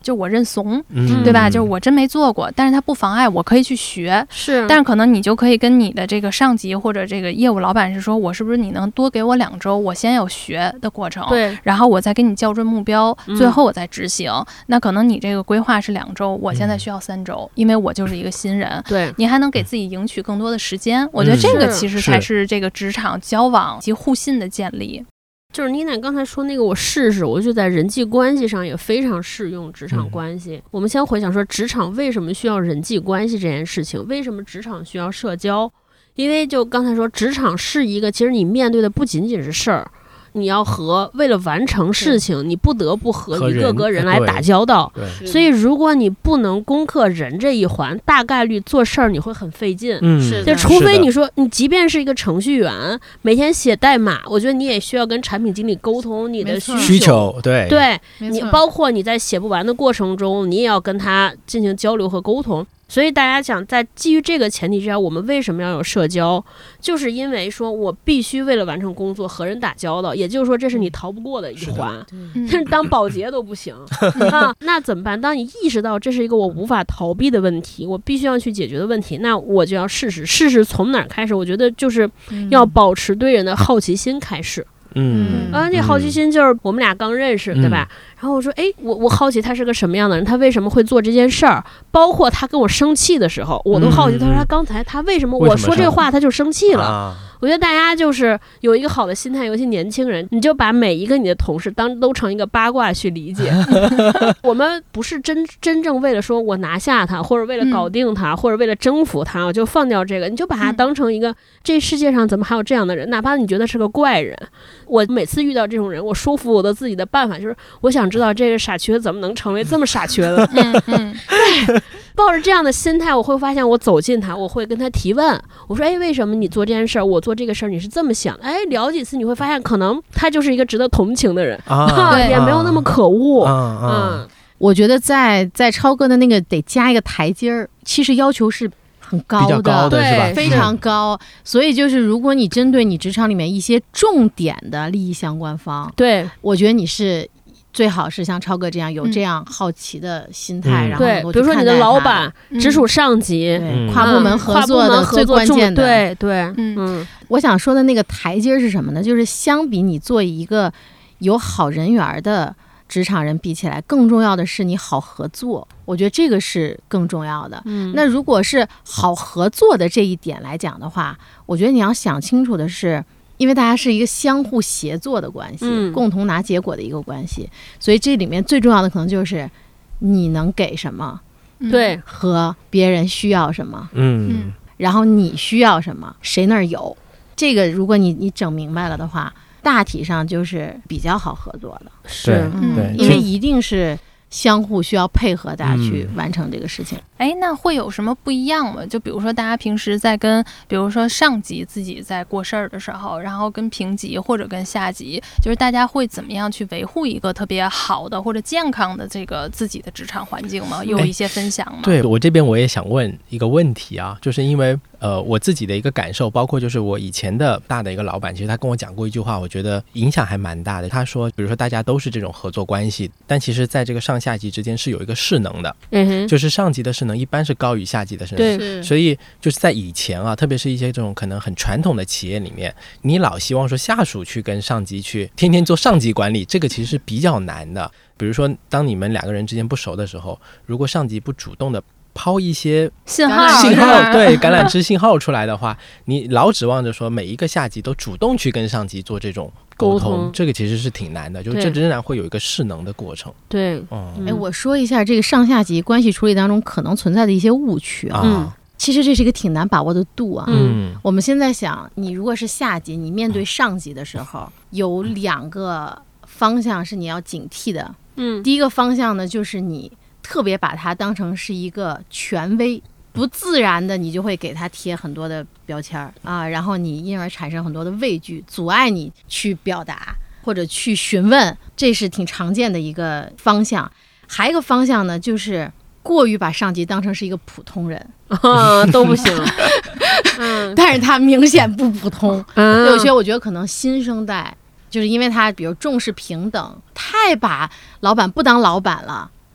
就我认怂，对吧？就是我真没做过，但是它不妨碍我可以去学。 是， 但是可能你就可以跟你的这个上级或者这个业务老板是说，我是不是你能多给我2周，我先有学的过程， 对， 然后我再给你校准目标，最后我再执行。那可能你这个规划是2周，我现在需要3周，因为我就是一个新人。 对， 你还能给自己赢取更多的时间。我觉得这个其实才是这个职场交往及互信的建立。 就是妮娜刚才说那个我试试，我就在人际关系上也非常适用职场关系。我们先回想说职场为什么需要人际关系这件事情，为什么职场需要社交？因为就刚才说职场是一个，其实你面对的不仅仅是事儿，你要为了完成事情，你不得不和一个个人来打交道。所以如果你不能攻克人这一环，大概率做事儿你会很费劲。就除非你说你即便是一个程序员，每天写代码，我觉得你也需要跟产品经理沟通你的需求。对，你包括你在写不完的过程中，你也要跟他进行交流和沟通。所以大家讲，在基于这个前提之下，我们为什么要有社交？就是因为说我必须为了完成工作和人打交道，也就是说这是你逃不过的一环，但是当保洁都不行啊，那怎么办？当你意识到这是一个我无法逃避的问题，我必须要去解决的问题，那我就要试试从哪儿开始？我觉得就是要保持对人的好奇心开始。这好奇心就是我们俩刚认识，对吧？然后我说，我好奇他是个什么样的人，他为什么会做这件事儿？包括他跟我生气的时候，我都好奇，他说他刚才他为什么我说这话他就生气了？我觉得大家就是有一个好的心态，尤其年轻人，你就把每一个你的同事都成一个八卦去理解。我们不是真正为了说我拿下他，或者为了搞定他，或者为了征服他，我就放掉这个，你就把他当成一个这世界上怎么还有这样的人，哪怕你觉得是个怪人。我每次遇到这种人，我说服我的自己的办法就是我想知道这个傻缺怎么能成为这么傻缺的。对，抱着这样的心态，我会发现我走近他，我会跟他提问，我说为什么你做这件事儿，我做这个事儿你是这么想？聊几次你会发现可能他就是一个值得同情的人也没有那么可恶。 我觉得在超哥的那个得加一个台阶儿，其实要求是很高的， 对， 非常高。所以就是如果你针对你职场里面一些重点的利益相关方， 对， 我觉得你是最好是像超哥这样有这样好奇的心态，然后对，比如说你的老板、直属上级、 跨部门合作的最关键的， 对， 我想说的那个台阶是什么呢？就是相比你做一个有好人缘的职场人比起来，更重要的是你好合作，我觉得这个是更重要的。那如果是好合作的这一点来讲的话，我觉得你要想清楚的是，因为大家是一个相互协作的关系，共同拿结果的一个关系，所以这里面最重要的可能就是你能给什么， 对， 和别人需要什么，然后你需要什么，谁那儿有，这个如果你整明白了的话，大体上就是比较好合作的。 是， 因为一定是相互需要配合大家去完成这个事情。 那会有什么不一样吗？就比如说大家平时在跟比如说上级自己在过事儿的时候，然后跟平级或者跟下级，就是大家会怎么样去维护一个特别好的或者健康的这个自己的职场环境吗？有一些分享吗？ 对，我这边我也想问一个问题啊，就是因为我自己的一个感受，包括就是我以前的大的一个老板，其实他跟我讲过一句话，我觉得影响还蛮大的。他说比如说大家都是这种合作关系，但其实在这个上下级之间是有一个势能的，就是上级的势能一般是高于下级的势能。 对， 所以就是在以前啊，特别是一些这种可能很传统的企业里面，你老希望说下属去跟上级去天天做上级管理，这个其实是比较难的。比如说当你们两个人之间不熟的时候，如果上级不主动的抛一些信号对，橄榄枝信号出来的话，你老指望着说每一个下级都主动去跟上级做这种沟通，这个其实是挺难的，就这仍然会有一个势能的过程。 对， 我说一下这个上下级关系处理当中可能存在的一些误区啊。其实这是一个挺难把握的度啊。我们现在想，你如果是下级，你面对上级的时候，有2个方向是你要警惕的。第一个方向呢，就是你特别把它当成是一个权威，不自然的你就会给他贴很多的标签啊，然后你因而产生很多的畏惧，阻碍你去表达或者去询问，这是挺常见的一个方向。还有一个方向呢，就是过于把上级当成是一个普通人都不行。 但是他明显不普通。有些我觉得可能新生代就是因为他比如重视平等，太把老板不当老板了，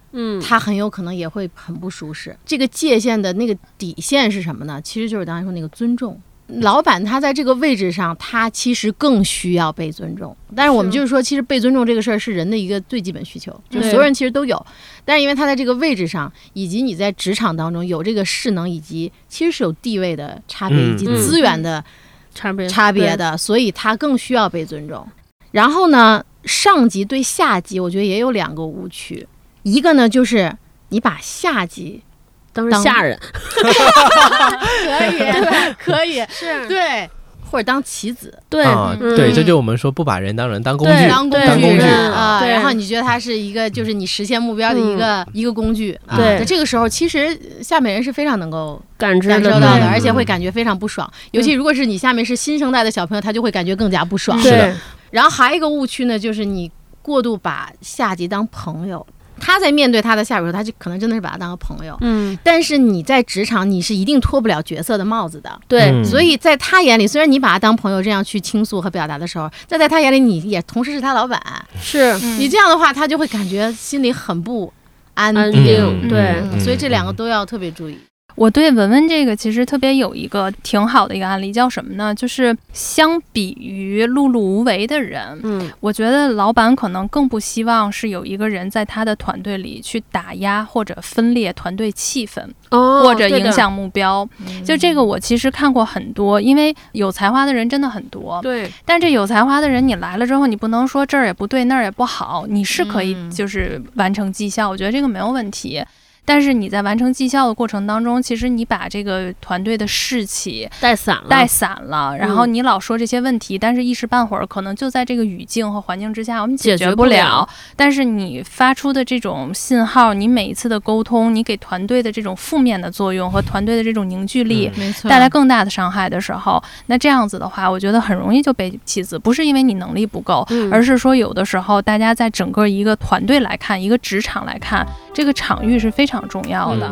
他很有可能也会很不舒适。这个界限的那个底线是什么呢？其实就是刚才说那个尊重。老板他在这个位置上，他其实更需要被尊重。但是我们就是说，其实被尊重这个事儿是人的一个最基本需求，就所有人其实都有。但是因为他在这个位置上，以及你在职场当中有这个势能，以及其实是有地位的差别，以及资源的差别的，所以他更需要被尊重。然后呢，上级对下级，我觉得也有2个误区。一个呢，就是你把下级当成下人， 可以是对，或者当棋子， 对对，这就我们说不把人当人，当工具， 当工具啊。然后你觉得它是一个就是你实现目标的一个工具。 对， 在这个时候，其实下面人是非常能够感受到的，而且会感觉非常不爽。尤其如果是你下面是新生代的小朋友，他就会感觉更加不爽。 对。 然后还有一个误区呢，就是你过度把下级当朋友。他在面对他的下属，他就可能真的是把他当个朋友。但是你在职场，你是一定脱不了角色的帽子的。 对， 所以在他眼里，虽然你把他当朋友这样去倾诉和表达的时候，但在他眼里，你也同时是他老板。 是你这样的话，他就会感觉心里很不安定。对， 所以这2个都要特别注意。 我对文文这个其实特别有一个挺好的一个案例，叫什么呢？就是相比于碌碌无为的人，我觉得老板可能更不希望是有一个人在他的团队里去打压或者分裂团队气氛，或者影响目标。就这个我其实看过很多，因为有才华的人真的很多， 对。 但这有才华的人你来了之后，你不能说这儿也不对那儿也不好，你是可以就是完成绩效，我觉得这个没有问题。但是你在完成绩效的过程当中，其实你把这个团队的士气带散了，然后你老说这些问题，但是一时半会儿可能就在这个语境和环境之下我们解决不了。但是你发出的这种信号，你每一次的沟通，你给团队的这种负面的作用和团队的这种凝聚力带来更大的伤害的时候，那这样子的话，我觉得很容易就被弃子。不是因为你能力不够，而是说有的时候大家在整个一个团队来看，一个职场来看，这个场域是非常重要的。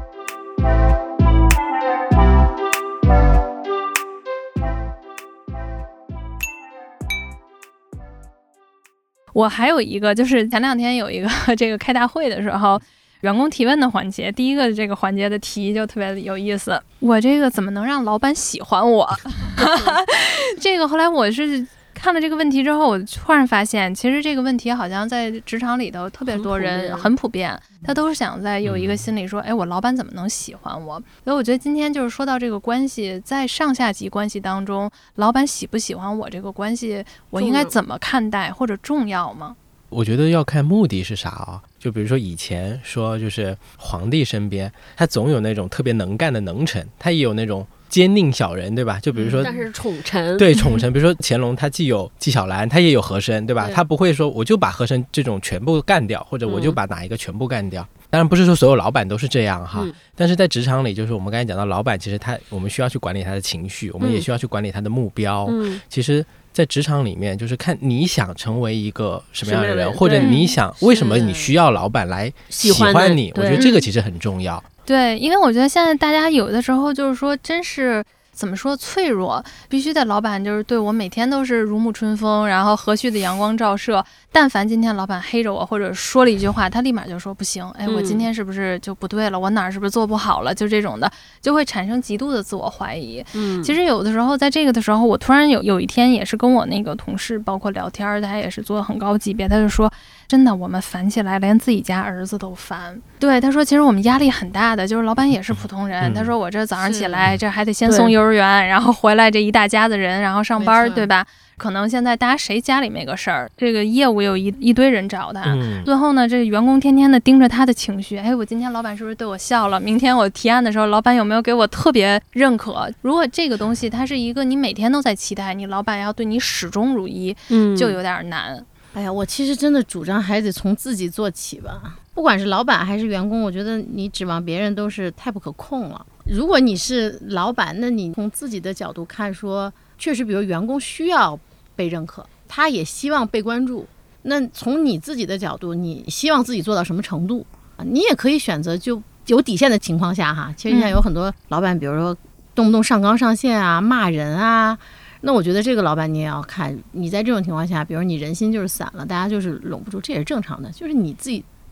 我还有一个，就是前2天有一个这个开大会的时候，员工提问的环节，第一个这个环节的题就特别有意思，我这个怎么能让老板喜欢我？这个后来我是看了这个问题之后，我突然发现，其实这个问题好像在职场里头特别多人很普遍，他都是想在有一个心理说，哎，我老板怎么能喜欢我？所以我觉得今天就是说到这个关系，在上下级关系当中，老板喜不喜欢我这个关系，我应该怎么看待或者重要吗？ 我觉得要看目的是啥啊。就比如说以前说，就是皇帝身边他总有那种特别能干的能臣，他也有那种奸佞小人，对吧？就比如说， 但是宠臣， 对宠臣，比如说乾隆，他既有纪晓岚，他也有和珅，对吧？他不会说我就把和珅这种全部干掉，或者我就把哪一个全部干掉。当然不是说所有老板都是这样哈，但是在职场里，就是我们刚才讲到，老板其实我们需要去管理他的情绪，我们也需要去管理他的目标。其实在职场里面，就是看你想成为一个什么样的人，或者你想为什么你需要老板来喜欢你，我觉得这个其实很重要。 对，因为我觉得现在大家有的时候就是说，真是怎么说脆弱，必须得老板就是对我每天都是如沐春风，然后和煦的阳光照射。但凡今天老板黑着我，或者说了一句话，他立马就说不行，哎，我今天是不是就不对了？我哪儿是不是做不好了？就这种的，就会产生极度的自我怀疑。其实有的时候在这个的时候，我突然有一天也是跟我那个同事包括聊天，他也是做很高级别，他就说，真的我们烦起来连自己家儿子都烦。对，他说其实我们压力很大的，就是老板也是普通人。他说我这早上起来这还得先送幼儿园，然后回来这一大家子人，然后上班，对吧？可能现在大家谁家里没个事儿，这个业务有一堆人找他，最后呢，这个员工天天的盯着他的情绪，哎，我今天老板是不是对我笑了？明天我提案的时候，老板有没有给我特别认可？如果这个东西它是一个你每天都在期待，你老板要对你始终如一，就有点难。 哎呀，我其实真的主张还得从自己做起吧，不管是老板还是员工，我觉得你指望别人都是太不可控了。如果你是老板，那你从自己的角度看说，确实比如员工需要被认可，他也希望被关注，那从你自己的角度，你希望自己做到什么程度，你也可以选择就有底线的情况下哈。其实现在有很多老板，比如说动不动上纲上线啊，骂人啊，那我觉得这个老板你也要看，你在这种情况下，比如你人心就是散了，大家就是拢不住，这也是正常的，就是你自己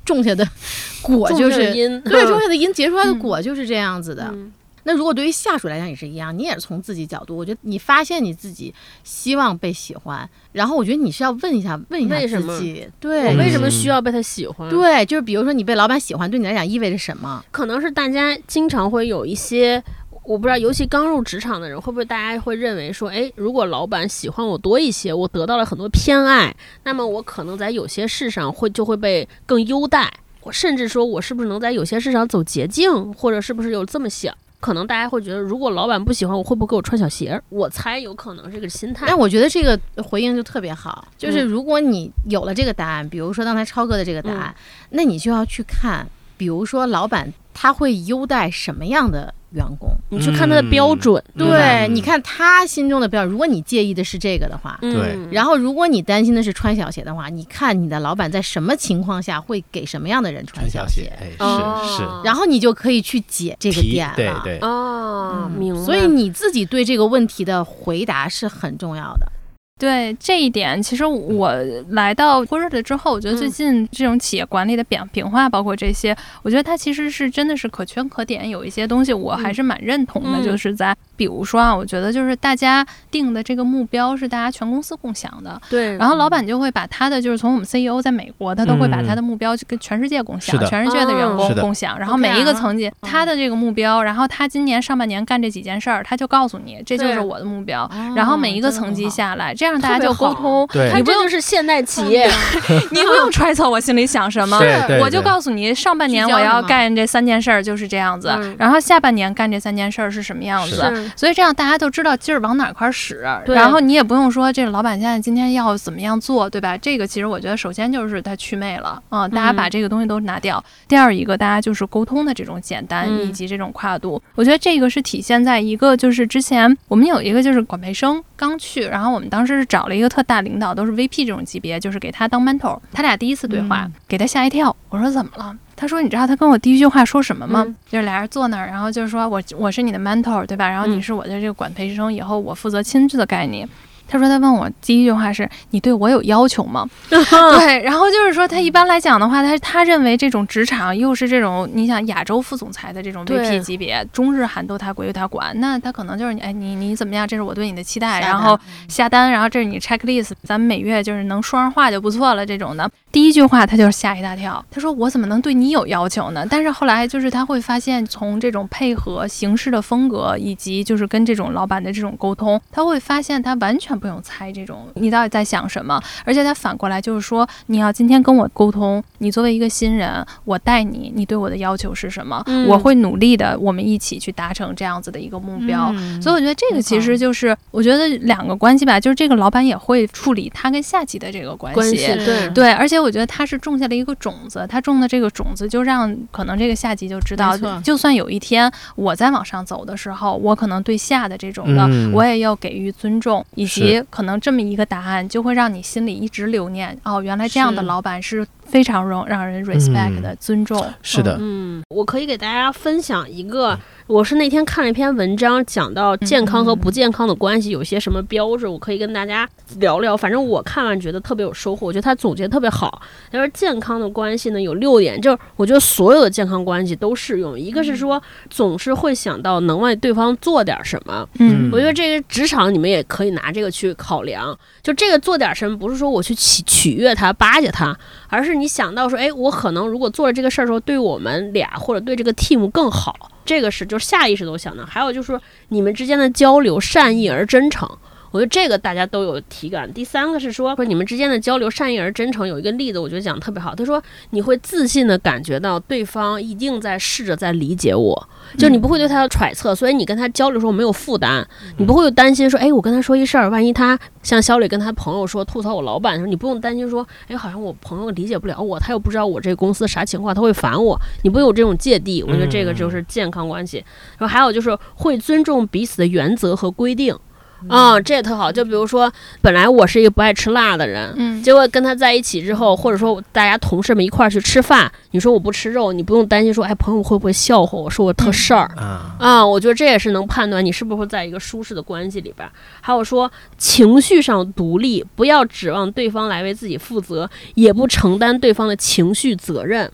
种下的果就是对种下的因结出来的果就是这样子的。那如果对于下属来讲也是一样，你也是从自己角度，我觉得你发现你自己希望被喜欢，然后我觉得你是要问一下自己，对， 我为什么需要被他喜欢？ 对，就是比如说你被老板喜欢，对你来讲意味着什么？ 可能是大家经常会有一些，我不知道，尤其刚入职场的人，会不会大家会认为说，哎，如果老板喜欢我多一些，我得到了很多偏爱，那么我可能在有些事上就会被更优待，我甚至说我是不是能在有些事上走捷径，或者是不是有这么想？可能大家会觉得，如果老板不喜欢我，会不会给我穿小鞋？我猜有可能这个心态。 但我觉得这个回应就特别好，就是如果你有了这个答案，比如说刚才超哥的这个答案，那你就要去看，比如说老板他会优待什么样的员工， 你去看他的标准， 对，你看他心中的标准。如果你介意的是这个的话， 对， 然后如果你担心的是穿小鞋的话，你看你的老板在什么情况下会给什么样的人穿小鞋， 是， 然后你就可以去解这个点了， 对， 明白。 所以你自己对这个问题的回答是很重要的。 对这一点，其实我来到辉瑞了之后，我觉得最近这种企业管理的扁平化，包括这些，我觉得它其实是真的是可圈可点。有一些东西我还是蛮认同的，就是在比如说啊，我觉得就是大家定的这个目标是大家全公司共享的， 对。 然后老板就会把他的，就是从我们 CEO 在美国，他都会把他的目标跟全世界共享，全世界的员工共享，然后每一个层级他的这个目标，然后他今年上半年干这几件事儿，他就告诉你这就是我的目标，然后每一个层级下来，这样大家就沟通。 对， 你不用是现代企业， 你不用揣测我心里想什么，我就告诉你上半年我要干这3件事儿就是这样子，然后下半年干这3件事儿是什么样子，所以这样大家都知道劲儿往哪块使，然后你也不用说这老板现在今天要怎么样做，对吧？这个其实我觉得首先就是他祛魅了，大家把这个东西都拿掉。第二一个，大家就是沟通的这种简单以及这种跨度，我觉得这个是体现在一个就是之前我们有一个就是管培生刚去，然后我们当时是找了一个特大领导，都是 VP 这种级别，就是给他当 mentor， 他俩第一次对话，给他吓一跳。我说怎么了？他说你知道他跟我第一句话说什么吗？就是俩人坐那儿，然后就是说我是你的 mentor， 对吧？然后你是我的这个管培生，以后我负责亲自的概念。他说他问我第一句话是你对我有要求吗？对，然后就是说他一般来讲的话，他认为这种职场又是这种你想亚洲副总裁的这种 VP 级别，中日韩都他归他管，那他可能就是你怎么样，这是我对你的期待，然后下单，然后这是你 checklist， 咱们每月就是能说上话就不错了这种的。第一句话他就是吓一大跳，他说我怎么能对你有要求呢？但是后来就是他会发现，从这种配合形式的风格以及就是跟这种老板的这种沟通，他会发现他完全不用猜这种你到底在想什么，而且他反过来就是说，你要今天跟我沟通，你作为一个新人，我带你，你对我的要求是什么？我会努力的，我们一起去达成这样子的一个目标。所以我觉得这个其实就是我觉得两个关系吧，就是这个老板也会处理他跟下级的这个关系，对，而且我觉得他是种下了一个种子，他种的这个种子就让可能这个下级就知道，就算有一天我在往上走的时候，我可能对下的这种的，我也要给予尊重，以及可能这么一个答案就会让你心里一直留念，原来这样的老板是非常让人 respect 的，尊重。 是的， 我可以给大家分享一个，我是那天看了一篇文章，讲到健康和不健康的关系有些什么标志，我可以跟大家聊聊。反正我看完觉得特别有收获，我觉得他总结特别好。他说健康的关系呢有6点，就是我觉得所有的健康关系都适用。一个是说总是会想到能为对方做点什么，我觉得这个职场你们也可以拿这个去考量。就这个做点什么，不是说我去取悦他、巴结他，而是你想到说，哎，我可能如果做了这个事儿的时候，对我们俩或者对这个 team 更好，这个是就是下意识都想到。还有就是说你们之间的交流善意而真诚，我觉得这个大家都有体感。第3个是说你们之间的交流善意而真诚，有一个例子我觉得讲得特别好，他说你会自信的感觉到对方一定在试着在理解我，就你不会对他的揣测，所以你跟他交流的时候没有负担，你不会有担心说，哎，我跟他说一事儿，万一他像小磊跟他朋友说吐槽我老板的时候，你不用担心说，哎，好像我朋友理解不了我，他又不知道我这个公司啥情况，他会烦我，你不会有这种芥蒂。我觉得这个就是健康关系。然后还有就是会尊重彼此的原则和规定。这也特好。就比如说本来我是一个不爱吃辣的人，结果跟他在一起之后，或者说大家同事们一块儿去吃饭，你说我不吃肉，你不用担心说，哎，朋友会不会笑话我说我特事儿我觉得这也是能判断你是不是会在一个舒适的关系里边。还有说情绪上独立，不要指望对方来为自己负责，也不承担对方的情绪责任。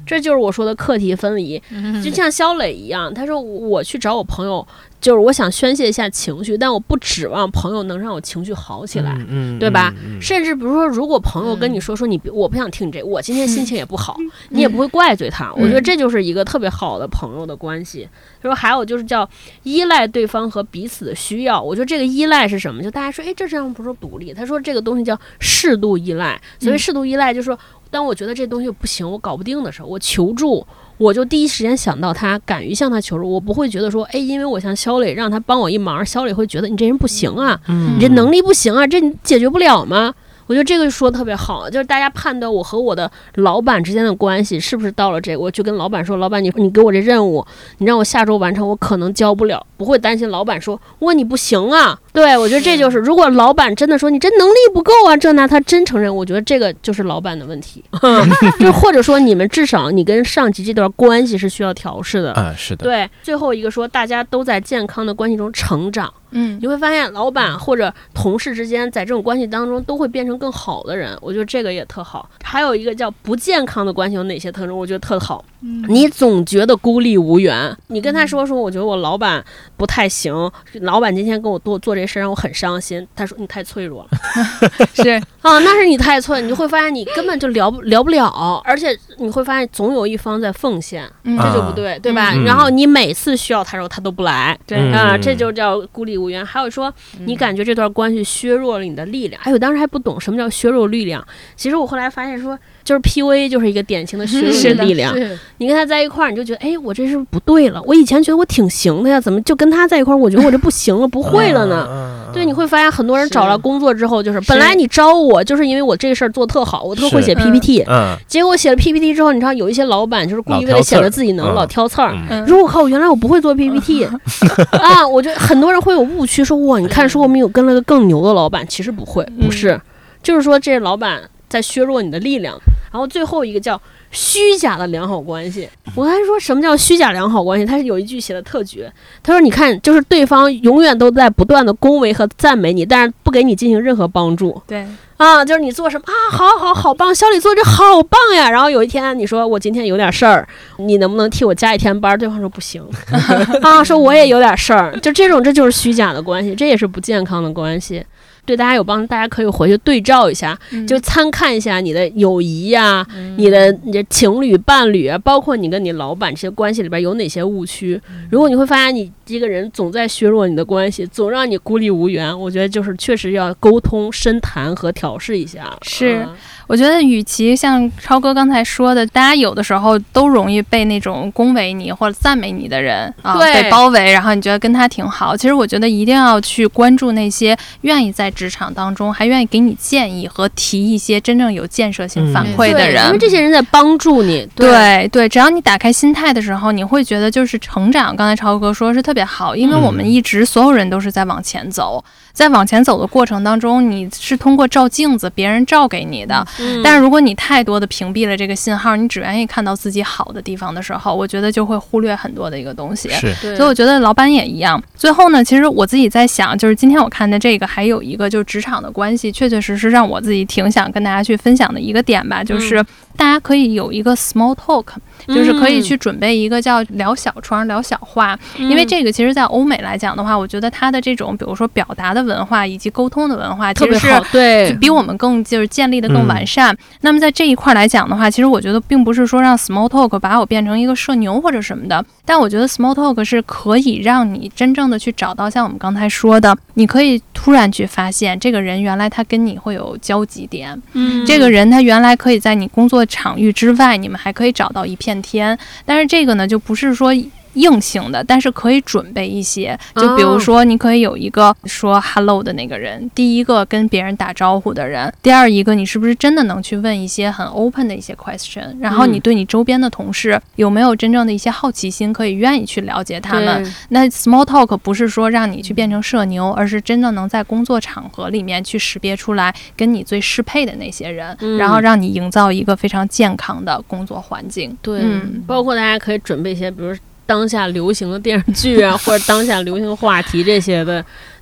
这就是我说的课题分离。就像肖磊一样，他说我去找我朋友，就是我想宣泄一下情绪，但我不指望朋友能让我情绪好起来，对吧？甚至比如说，如果朋友跟你说我不想听这，我今天心情也不好，你也不会怪罪他。我觉得这就是一个特别好的朋友的关系。说还有就是叫依赖对方和彼此的需要。我觉得这个依赖是什么？就大家说，这样不是独立？他说这个东西叫适度依赖。所以适度依赖就是说，当我觉得这东西不行，我搞不定的时候，我求助，我就第一时间想到他，敢于向他求助。我不会觉得说，因为我像肖磊让他帮我一忙，肖磊会觉得你这人不行啊，你这能力不行啊，这你解决不了吗？我觉得这个说的特别好，就是大家判断我和我的老板之间的关系是不是到了这个，我就跟老板说，老板你给我这任务，你让我下周完成，我可能交不了，不会担心老板说你不行啊。对，我觉得这就是，如果老板真的说你这能力不够啊，这那他真承认，我觉得这个就是老板的问题，就或者说你们至少你跟上级这段关系是需要调试的啊，是的。 对，最后一个说大家都在健康的关系中成长。你会发现老板或者同事之间在这种关系当中都会变成更好的人，我觉得这个也特好。还有一个叫不健康的关系有哪些特征？我觉得特好。你总觉得孤立无援，你跟他说我觉得我老板不太行，老板今天跟我做这事让我很伤心，他说你太脆弱了是啊，那是你太脆，你就会发现你根本就聊不了，而且你会发现总有一方在奉献，这就不对，对吧？然后你每次需要他的时候他都不来，对啊，这就叫孤立无援。还有说你感觉这段关系削弱了你的力量，我当时还不懂什么叫削弱力量，其实我后来发现说就是 PUA 就是一个典型的削弱的力量。你跟他在一块儿，你就觉得我这是不是不对了？我以前觉得我挺行的呀，怎么就跟他在一块儿，我觉得我这不行了，不会了呢？对，你会发现很多人找了工作之后，就是本来你招我就是因为我这个事儿做特好，我特会写 PPT，结果写了 PPT 之后，你知道有一些老板就是故意为了显得自己能老挑刺儿，如果靠原来我不会做 PPT 啊，我觉得很多人会有误区，说哇，你看说我们有跟了个更牛的老板，其实不会，不是，就是说这老板在削弱你的力量。然后最后一个叫虚假的良好关系。我还说什么叫虚假良好关系，他是有一句写的特绝，他说你看就是对方永远都在不断的恭维和赞美你，但是不给你进行任何帮助。 对啊，就是你做什么好棒，小李做这好棒呀，然后有一天你说我今天有点事儿，你能不能替我加一天班，对方说不行啊，说我也有点事儿，就这就是虚假的关系，这也是不健康的关系。对大家有帮助，大家可以回去对照一下，就参看一下你的友谊呀，你的情侣伴侣啊，包括你跟你老板这些关系里边有哪些误区。如果你会发现你这个人总在削弱你的关系，总让你孤立无援，我觉得就是确实要沟通深谈和调试一下。 是我觉得与其像超哥刚才说的，大家有的时候都容易被那种恭维你或者赞美你的人被包围，然后你觉得跟他挺好，其实我觉得一定要去关注那些愿意在职场当中还愿意给你建议和提一些真正有建设性反馈的人， 因为这些人在帮助你。 对，只要你打开心态的时候，你会觉得就是成长，刚才超哥说是特别好，因为我们一直所有人都是在往前走，在往前走的过程当中，你是通过照镜子别人照给你的，但是如果你太多的屏蔽了这个信号，你只愿意看到自己好的地方的时候，我觉得就会忽略很多的一个东西。所以我觉得老板也一样。最后呢，其实我自己在想，就是今天我看的这个还有一个就是职场的关系，确确实实让我自己挺想跟大家去分享的一个点吧，就是大家可以有一个 small talk，就是可以去准备一个叫聊小窗聊小话，因为这个其实在欧美来讲的话，我觉得它的这种比如说表达的文化以及沟通的文化其实是比我们更就是建立的更完善。那么在这一块来讲的话，其实我觉得并不是说让 small talk 把我变成一个社牛或者什么的，但我觉得 small talk 是可以让你真正的去找到像我们刚才说的，你可以突然去发现这个人原来他跟你会有交集点，这个人他原来可以在你工作场域之外，你们还可以找到一片天。但是这个呢，就不是说硬性的，但是可以准备一些，就比如说你可以有一个说 hello 的那个人，第一个跟别人打招呼的人，第二一个你是不是真的能去问一些很 open 的一些 question， 然后你对你周边的同事有没有真正的一些好奇心，可以愿意去了解他们。那 small talk 不是说让你去变成社牛，而是真的能在工作场合里面去识别出来跟你最适配的那些人，然后让你营造一个非常健康的工作环境。 对，包括大家可以准备一些比如当下流行的电视剧啊，或者当下流行话题这些的，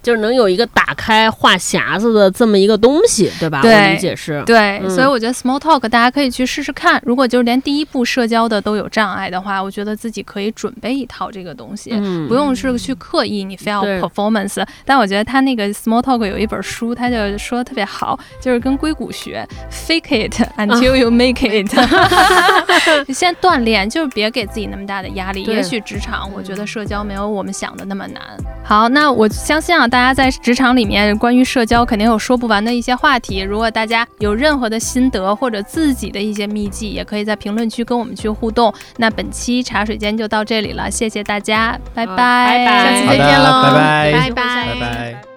就是能有一个打开话匣子的这么一个东西，对吧？ 对， 我理解是。 对，所以我觉得 small talk 大家可以去试试看。如果就是连第一步社交的都有障碍的话，我觉得自己可以准备一套这个东西，不用是去刻意你非要 performance。但我觉得他那个 small talk 有一本书，他就说的特别好，就是跟硅谷学 fake it until you make it 先锻炼，就是别给自己那么大的压力。也许职场我觉得社交没有我们想的那么难。好，那我相信大家在职场里面关于社交肯定有说不完的一些话题，如果大家有任何的心得或者自己的一些秘籍，也可以在评论区跟我们去互动。那本期茶水间就到这里了，谢谢大家，拜拜， 拜拜， 下次再见喽， 拜拜， 拜拜。